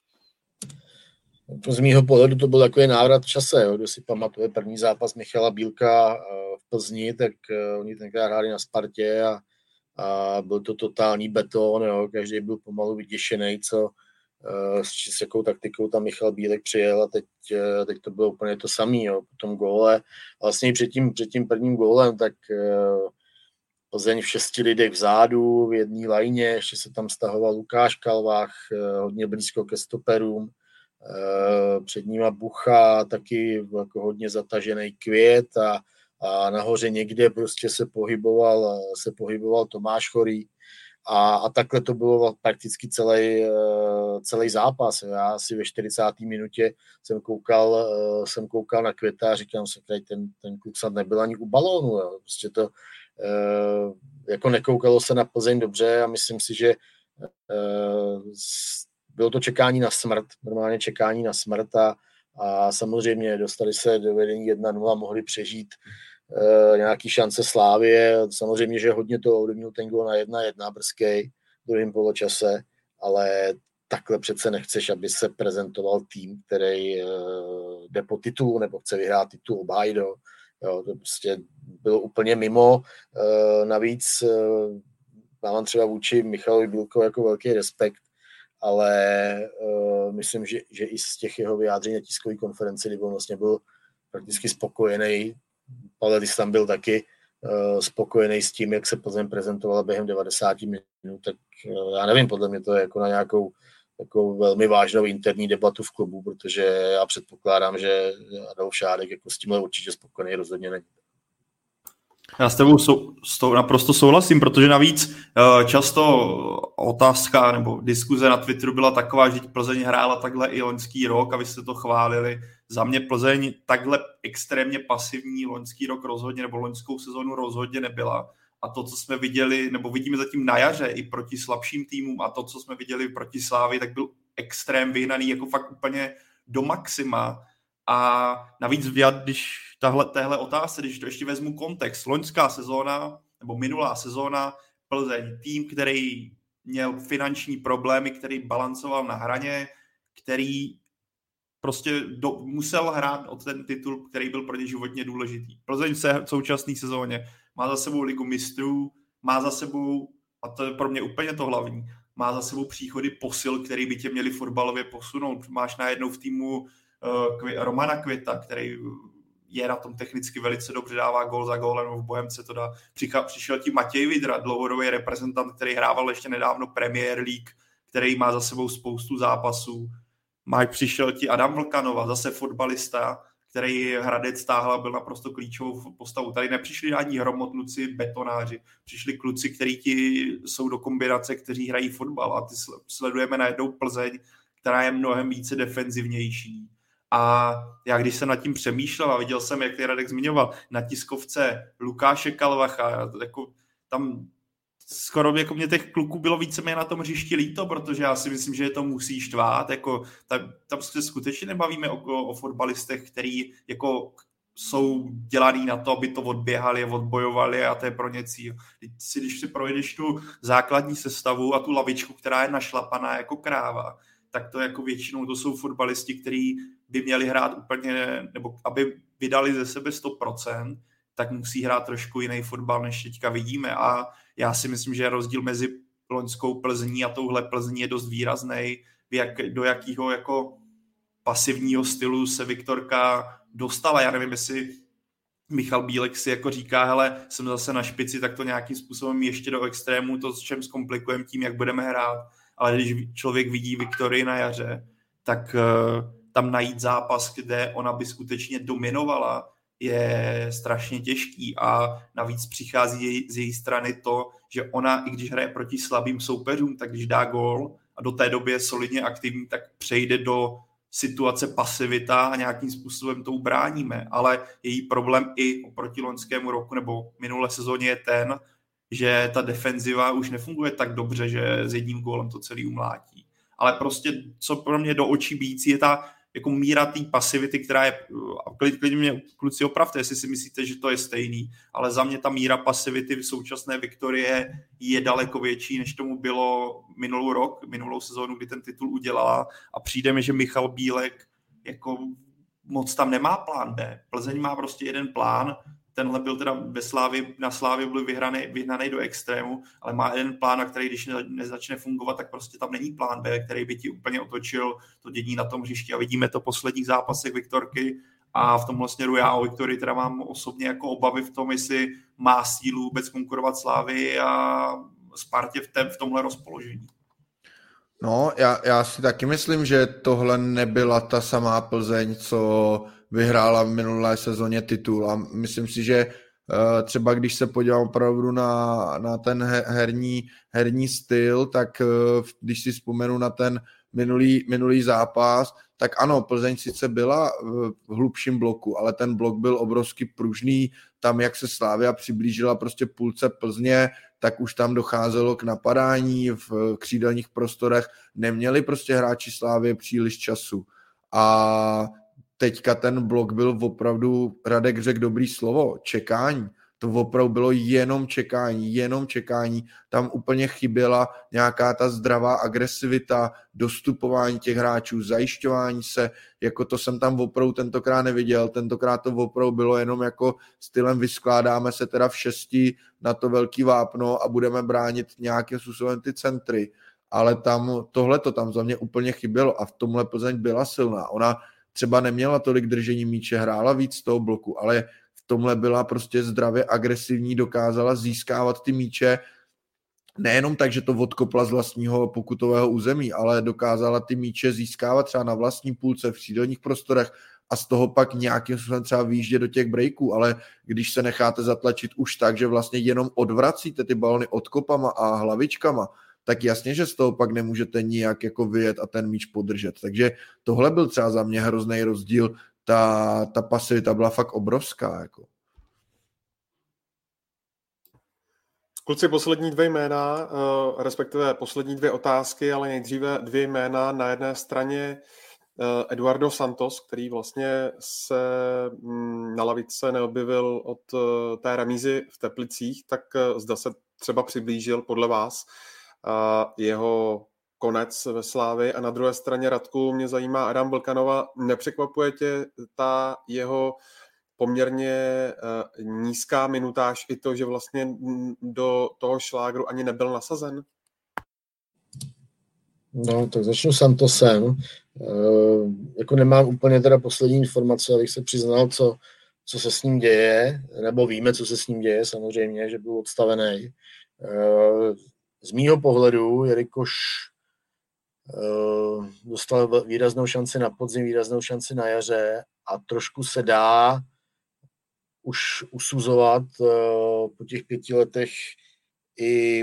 Z mýho pohledu to byl takový návrat v čase, jo. Kdo si pamatuje první zápas Michala Bílka v Plzni, tak oni tenkrát hráli na Spartě a byl to totální beton, jo. Každý byl pomalu vyděšený, s jakou taktikou tam Michal Bílek přijel a teď to bylo úplně to samé, jo. Po tom góle, vlastně před tím prvním gólem, tak Plzeň v 6 lidech vzadu, v jedné lajně, ještě se tam stahoval Lukáš Kalvách, hodně blízko ke stoperům, před nima Bucha, taky jako hodně zatažený Květ a nahoře někde prostě se pohyboval Tomáš Chorý a takhle to bylo prakticky celý zápas. Já si ve 40. minutě jsem koukal na Květa a říkám se, ten kluk snad nebyl ani u balónu. Jo. Prostě to jako nekoukalo se na Plzeň dobře a myslím si, že bylo to čekání na smrt, normálně čekání na smrt a samozřejmě dostali se do vedení 1-0, mohli přežít nějaký šance Slávie. Samozřejmě, že hodně to ovlivnil ten gól na 1-1 brzkej v druhém poločase, ale takhle přece nechceš, aby se prezentoval tým, který jde po titulu nebo chce vyhrát titul, obhájit ho. Jo, to prostě bylo úplně mimo. Navíc mám třeba vůči Michalovi Bílkovi jako velký respekt, ale myslím, že i z těch jeho vyjádření na tiskové konferenci, kdy on vlastně byl prakticky spokojený, ale když tam byl taky spokojený s tím, jak se Plzeň prezentovala během 90 minut, tak já nevím, podle mě to je jako na nějakou takovou velmi vážnou interní debatu v klubu, protože já předpokládám, že Adolf Šádek jako s tímhle určitě spokojený rozhodně není. Já s tebou naprosto souhlasím, protože navíc často otázka nebo diskuze na Twitteru byla taková, že Plzeň hrála takhle i loňský rok a vy jste to chválili. Za mě Plzeň takhle extrémně pasivní loňský rok rozhodně nebo loňskou sezonu rozhodně nebyla. A to, co jsme viděli, nebo vidíme zatím na jaře i proti slabším týmům a to, co jsme viděli proti Slávii, tak byl extrém vyhnaný jako fakt úplně do maxima. A navíc když téhle otázce, když to ještě vezmu kontext, loňská sezóna nebo minulá sezóna Plzeň, tým, který měl finanční problémy, který balancoval na hraně, který prostě musel hrát o ten titul, který byl pro ně životně důležitý. Plzeň v současné sezóně má za sebou Ligu mistrů, má za sebou, a to je pro mě úplně to hlavní, má za sebou příchody posil, který by tě měli fotbalově posunout. Máš najednou v týmu Romana Květa, který je na tom technicky velice dobře, dává gól za gólem, v Bohemce to dá. Přišel ti Matěj Vidra, dlouhodobý reprezentant, který hrával ještě nedávno Premier League, který má za sebou spoustu zápasů. Přišel ti Adam Vlkanova, zase fotbalista, který Hradec stáhl a byl naprosto klíčovou postavou. Tady nepřišli ani hromotluci, betonáři. Přišli kluci, kteří ti jsou do kombinace, kteří hrají fotbal. A ty sledujeme najednou Plzeň, která je mnohem více defenzivnější. A já když jsem nad tím přemýšlel a viděl jsem, jak ty Radek zmiňoval, na tiskovce Lukáše Kalvacha, jako tam skoro jako mě těch kluků bylo víceméně na tom hřišti líto, protože já si myslím, že je to musí štvát. Jako, tam se skutečně nebavíme o fotbalistech, který jako jsou dělaný na to, aby to odběhali, odbojovali a to je pro ně cíl. Když si projedeš tu základní sestavu a tu lavičku, která je našlapaná jako kráva, tak to jako většinou to jsou fotbalisti, kteří by měli hrát úplně, nebo aby vydali ze sebe 100%, tak musí hrát trošku jiný fotbal, než teďka vidíme. A já si myslím, že rozdíl mezi loňskou Plzní a touhle Plzní je dost výrazný, do jakého jako pasivního stylu se Viktorka dostala. Já nevím, jestli Michal Bílek si jako říká, hele, jsem zase na špici, tak to nějakým způsobem ještě do extrému, to s čem zkomplikujeme tím, jak budeme hrát. Ale když člověk vidí Viktorii na jaře, tak tam najít zápas, kde ona by skutečně dominovala, je strašně těžký a navíc přichází z její strany to, že ona, i když hraje proti slabým soupeřům, tak když dá gól a do té doby je solidně aktivní, tak přejde do situace pasivita a nějakým způsobem to ubráníme. Ale její problém i oproti loňskému roku nebo minulé sezóně je ten, že ta defenziva už nefunguje tak dobře, že s jedním gólem to celý umlátí. Ale prostě, co pro mě do očí bíjící, je ta jako míra té pasivity, která je, klidně mě kluci opravte, jestli si myslíte, že to je stejný, ale za mě ta míra pasivity v současné Viktorie je daleko větší, než tomu bylo minulou sezónu, kdy ten titul udělala a přijde mi, že Michal Bílek jako moc tam nemá plán B. Plzeň má prostě jeden plán, tenhle byl teda na Slávii byl vyhnaný do extrému, ale má jeden plán, na který když nezačne fungovat, tak prostě tam není plán B, který by ti úplně otočil to dění na tom hřišti a vidíme to v posledních zápasech Viktorky a v tomhle směru já o Viktorii teda mám osobně jako obavy v tom, jestli má sílu vůbec konkurovat Slávii a Spartě v tomhle rozpoložení. No, já si taky myslím, že tohle nebyla ta samá Plzeň, co vyhrála v minulé sezóně titul a myslím si, že třeba když se podívám opravdu na ten herní styl, tak když si vzpomenu na ten minulý zápas, tak ano, Plzeň sice byla v hlubším bloku, ale ten blok byl obrovsky pružný, tam jak se Slavia přiblížila prostě půlce Plzně, tak už tam docházelo k napadání v křídelních prostorech, neměli prostě hráči Slavie příliš času a teďka ten blok byl opravdu, Radek řekl dobrý slovo, čekání. To opravdu bylo jenom čekání. Tam úplně chyběla nějaká ta zdravá agresivita, dostupování těch hráčů, zajišťování se, jako to jsem tam opravdu tentokrát neviděl. Tentokrát to opravdu bylo jenom jako stylem vyskládáme se teda v 6 na to velký vápno a budeme bránit nějakým způsobem ty centry. Ale tohleto tam za mě úplně chybělo a v tomhle Plzeň byla silná. Ona třeba neměla tolik držení míče, hrála víc z toho bloku, ale v tomhle byla prostě zdravě agresivní, dokázala získávat ty míče nejenom tak, že to odkopla z vlastního pokutového území, ale dokázala ty míče získávat třeba na vlastní půlce v křídelních prostorech a z toho pak nějakým způsobem třeba výjíždět do těch breaků, ale když se necháte zatlačit už tak, že vlastně jenom odvracíte ty balony odkopama a hlavičkama, tak jasně, že z toho pak nemůžete nijak jako vyjet a ten míč podržet. Takže tohle byl třeba za mě hrozný rozdíl. Ta pasivita byla fakt obrovská. Jako. Kluci, poslední 2 jména, respektive poslední 2 otázky, ale nejdříve 2 jména. Na jedné straně Eduardo Santos, který vlastně se na lavice neobjevil od té remízy v Teplicích, tak zda se třeba přiblížil podle vás jeho konec ve Slávii. A na druhé straně, Radku, mě zajímá Adam Vlkanova. Nepřekvapuje tě ta jeho poměrně nízká minutáž i to, že vlastně do toho šlágru ani nebyl nasazen? No, tak začnu Santosem. Jako nemám úplně teda poslední informace, abych se přiznal, co se s ním děje, nebo víme, co se s ním děje, samozřejmě, že byl odstavený. Z mýho pohledu, jelikož dostal výraznou šanci na podzim, výraznou šanci na jaře a trošku se dá už usuzovat po těch 5 letech i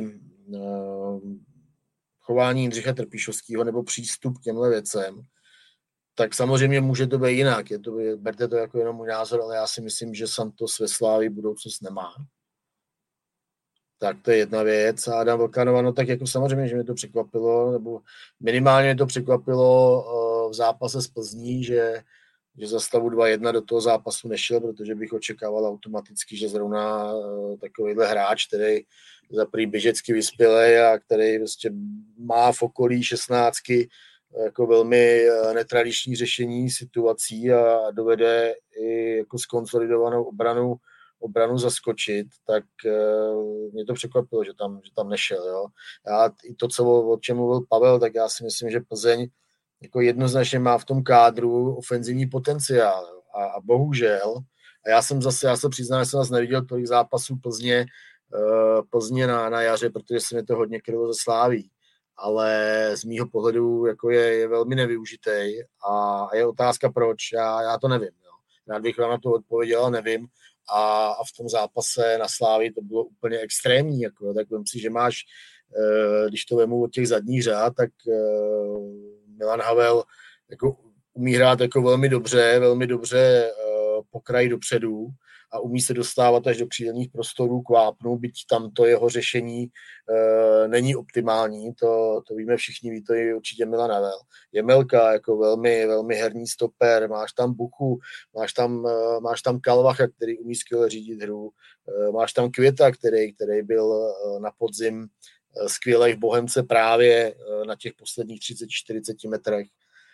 chování Jindřicha Trpišovského nebo přístup k těmhle věcem, tak samozřejmě může to být jinak. Berte to jako jenom můj názor, ale já si myslím, že Santos ve Slávii budoucnost nemá. Tak to je jedna věc. A Adam Vlkanova, no tak jako samozřejmě, že mě to překvapilo, nebo minimálně mě to překvapilo v zápase s Plzní, že za stavu 2-1 do toho zápasu nešel, protože bych očekával automaticky, že zrovna takovýhle hráč, který za prý běžecky vyspělej a který prostě má v okolí 16 jako velmi netradiční řešení situací a dovede i jako skonsolidovanou obranu zaskočit, tak mě to překvapilo, že tam nešel. Jo. I to, o čem mluvil Pavel, tak já si myslím, že Plzeň jako jednoznačně má v tom kádru ofenzivní potenciál. A bohužel, a já se přiznám, že jsem vás neviděl tolik zápasů Plzně na jaře, protože se mi to hodně krylo ze Sláví. Ale z mýho pohledu jako je velmi nevyužitej a je otázka proč. Já to nevím. Jo. Rád bych vám na to odpověděl, ale nevím. A v tom zápase na Slávii to bylo úplně extrémní. Jako, tak vem si, že máš, když to vemu od těch zadních řád, tak Milan Havel jako umí hrát jako velmi dobře po kraji dopředu a umí se dostávat až do křídelních prostorů k vápnu, byť tam to jeho řešení není optimální, to víme všichni, ví to i určitě Milan Havel. Jemelka jako velmi, velmi herní stoper, máš tam Buchu, máš tam Kalvacha, který umí skvěle řídit hru, máš tam Květa, který byl na podzim skvělej v Bohemce právě na těch posledních 30-40 metrech.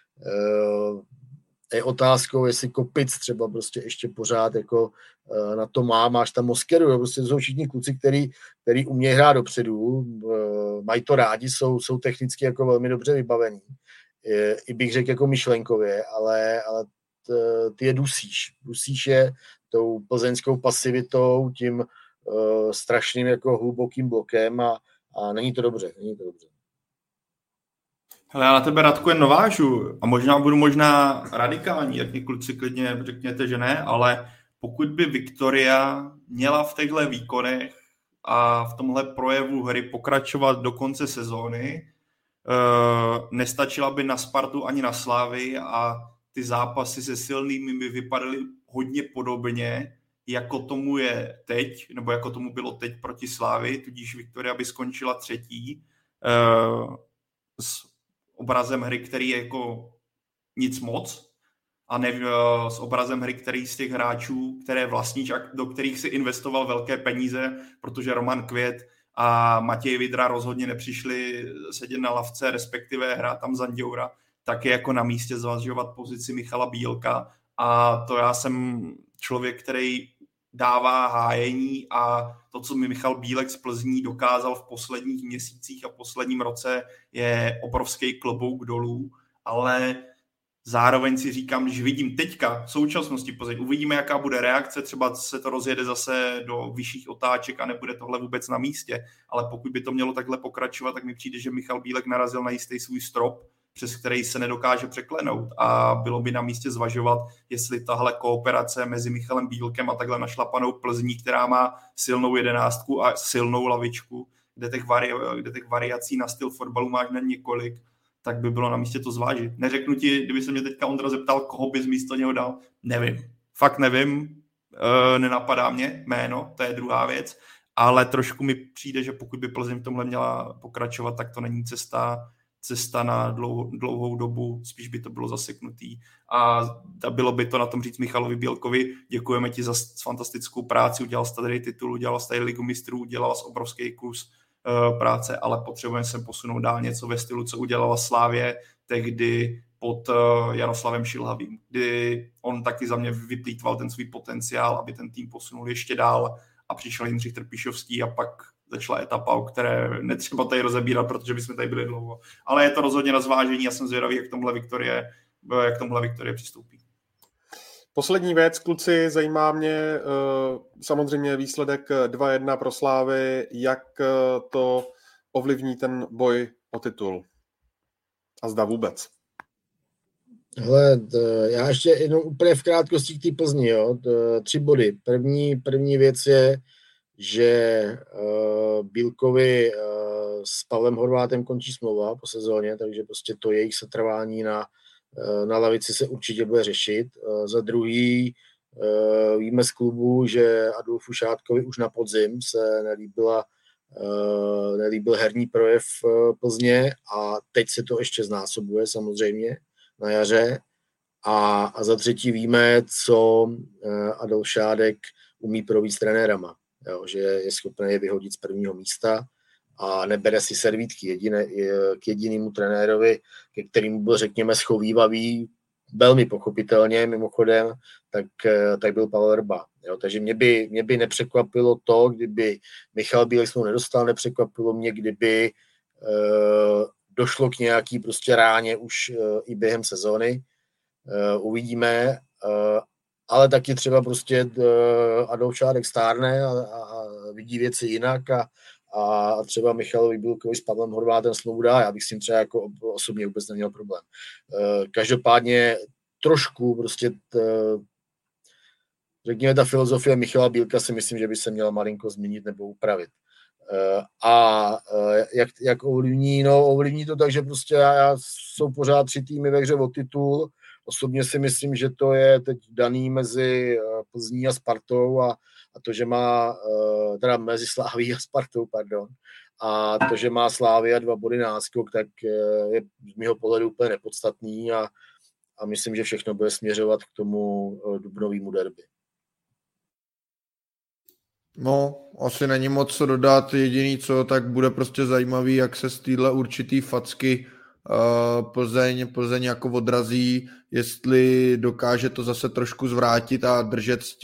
Je otázkou, jestli Kopic třeba prostě ještě pořád jako na to máš tam Moskeru, prostě to jsou všichni kluci, který umějí hrát dopředu, mají to rádi, jsou technicky jako velmi dobře vybavení. I bych řekl jako myšlenkově, ale ty je dusíš je tou plzeňskou pasivitou, tím strašným jako hlubokým blokem a není to dobře. Hele, já na tebe, Radku, jen navážu a budu možná radikální, jak mi kluci klidně řekněte, že ne, ale pokud by Viktoria měla v těchto výkonech a v tomhle projevu hry pokračovat do konce sezóny, nestačila by na Spartu ani na Slávii a ty zápasy se silnými by vypadaly hodně podobně, jako tomu je teď, nebo jako tomu bylo teď proti Slávii, tudíž Viktoria by skončila 3. s obrazem hry, který je jako nic moc, a ne s obrazem hry, který z těch hráčů, které vlastníš a do kterých si investoval velké peníze, protože Roman Květ a Matěj Vidra rozhodně nepřišli sedět na lavce, respektive hrát tam Zanděura, tak je jako na místě zvažovat pozici Michala Bílka. A to já jsem člověk, který dává hájení, a to, co mi Michal Bílek z Plzní dokázal v posledních měsících a posledním roce, je obrovský klobouk dolů, ale zároveň si říkám, když vidím teďka v současnosti Plzeň, uvidíme, jaká bude reakce, třeba se to rozjede zase do vyšších otáček a nebude tohle vůbec na místě, ale pokud by to mělo takhle pokračovat, tak mi přijde, že Michal Bílek narazil na jistý svůj strop, přes který se nedokáže překlenout, a bylo by na místě zvažovat, jestli tahle kooperace mezi Michalem Bílkem a takhle našlapanou Plzní, která má silnou jedenáctku a silnou lavičku, kde těch variací na styl fotbalu máš na několik, tak by bylo na místě to zvážit. Neřeknu ti, kdyby se mě teďka Ondra zeptal, koho bys místo něho dal, nevím. Fakt nevím, nenapadá mě jméno, to je druhá věc, ale trošku mi přijde, že pokud by Plzeň v tomhle měla pokračovat, tak to není cesta na dlouhou dobu, spíš by to bylo zaseknutý. A bylo by to na tom říct Michalovi Bílkovi, děkujeme ti za fantastickou práci, udělal jsi tady titul, udělal jsi tady Ligu mistrů, udělal jsi obrovský kus práce, ale potřebujeme se posunout dál něco ve stylu, co udělala Slavie tehdy pod Jaroslavem Šilhavým, kdy on taky za mě vyplýtval ten svůj potenciál, aby ten tým posunul ještě dál, a přišel Jindřich Trpišovský a pak začala etapa, o které netřeba tady rozebírat, protože bychom tady byli dlouho. Ale je to rozhodně na zvážení a jsem zvědavý, jak tomhle Viktorie přistoupí. Poslední věc, kluci, zajímá mě samozřejmě výsledek 2-1 pro Slávy, jak to ovlivní ten boj o titul. A zda vůbec. Hele, já ještě jenom úplně v krátkosti k té Plzni, jo. 3 body. První věc je, že Bílkovi s Pavlem Horvátem končí smlouva po sezóně, takže prostě to jejich setrvání na lavici se určitě bude řešit. Za druhý víme z klubu, že Adolfu Šátkovi už na podzim se nelíbil herní projev Plzně, a teď se to ještě znásobuje samozřejmě na jaře. A za třetí víme, co Adolf Šádek umí provést s trenérama. Jo, že je schopný je vyhodit z prvního místa a nebere si servítky k jedinému trenérovi, ke kterému byl, řekněme, schovívavý, velmi pochopitelně mimochodem, tak byl Pavel Vrba. Jo, takže mě by nepřekvapilo to, kdyby Michal Bílek se nedostal, nepřekvapilo mě, kdyby došlo k nějaký prostě ráně už i během sezóny. Uvidíme, ale taky třeba prostě Adolf Šádek stárne a vidí věci jinak a třeba Michalovi Bílkovi s Pavlem Horvátem smlouvu dá. Já bych s tím třeba jako osobně vůbec neměl problém. Každopádně trošku prostě řekněme, ta filozofie Michala Bílka si myslím, že by se měla malinko změnit nebo upravit. A jak ovlivní? No, ovlivní to tak, že prostě jsou pořád 3 týmy ve hře o titul. Osobně si myslím, že to je teď daný mezi Plzní a Spartou a to, že má, teda mezi Slávií a Spartou, pardon, a to, že má Slavia 2 body náskok, tak je z mého pohledu úplně nepodstatný a myslím, že všechno bude směřovat k tomu dubnovému derby. No, asi není moc co dodat, jediný co, tak bude prostě zajímavý, jak se z téhle určitý facky Plzeň jako odrazí, jestli dokáže to zase trošku zvrátit a držet s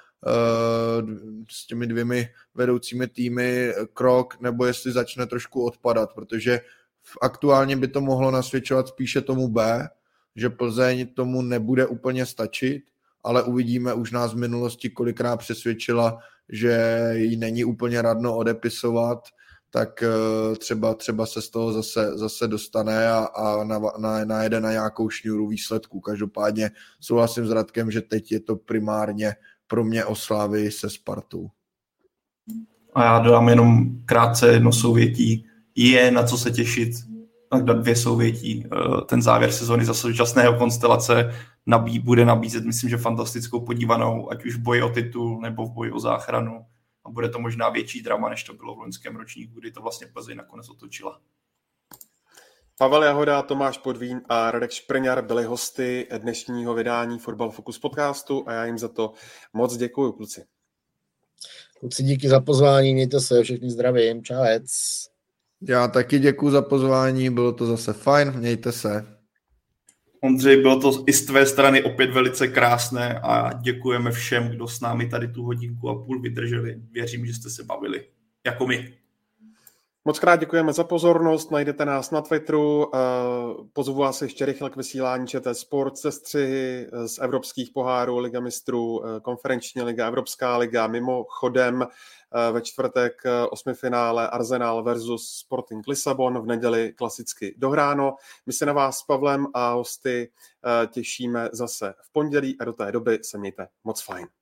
těmi 2 vedoucími týmy krok, nebo jestli začne trošku odpadat, protože aktuálně by to mohlo nasvědčovat spíše tomu B, že Plzeň tomu nebude úplně stačit, ale uvidíme, už nás v minulosti kolikrát přesvědčila, že jí není úplně radno odepisovat, tak třeba se z toho zase dostane a najede na nějakou šňůru výsledků. Každopádně souhlasím s Radkem, že teď je to primárně pro mě o Slavii se Spartou. A já dodám jenom krátce jedno souvětí. Je na co se těšit, 2 souvětí. Ten závěr sezóny za současného konstelace bude nabízet, myslím, že fantastickou podívanou, ať už v boji o titul nebo v boji o záchranu. A bude to možná větší drama, než to bylo v loňském ročníku, kdy to vlastně Plzeň nakonec otočila. Pavel Jahoda, Tomáš Podvín a Radek Šprňar byli hosty dnešního vydání Fotbal Focus podcastu a já jim za to moc děkuju, kluci. Kluci, díky za pozvání, mějte se, všechny zdravím, čauec. Já taky děkuju za pozvání, bylo to zase fajn, mějte se. Ondřej, bylo to i z tvé strany opět velice krásné a děkujeme všem, kdo s námi tady tu 1,5 hodiny vydrželi. Věřím, že jste se bavili, jako my. Moc krát děkujeme za pozornost, najdete nás na Twitteru, pozvu vás ještě rychle k vysílání ČT Sport, sestřihy z evropských pohárů, Liga mistrů, konferenční liga, Evropská liga, mimochodem ve čtvrtek 8finále Arsenal versus Sporting Lisabon, v neděli klasicky dohráno. My se na vás s Pavlem a hosty těšíme zase v pondělí a do té doby se mějte moc fajn.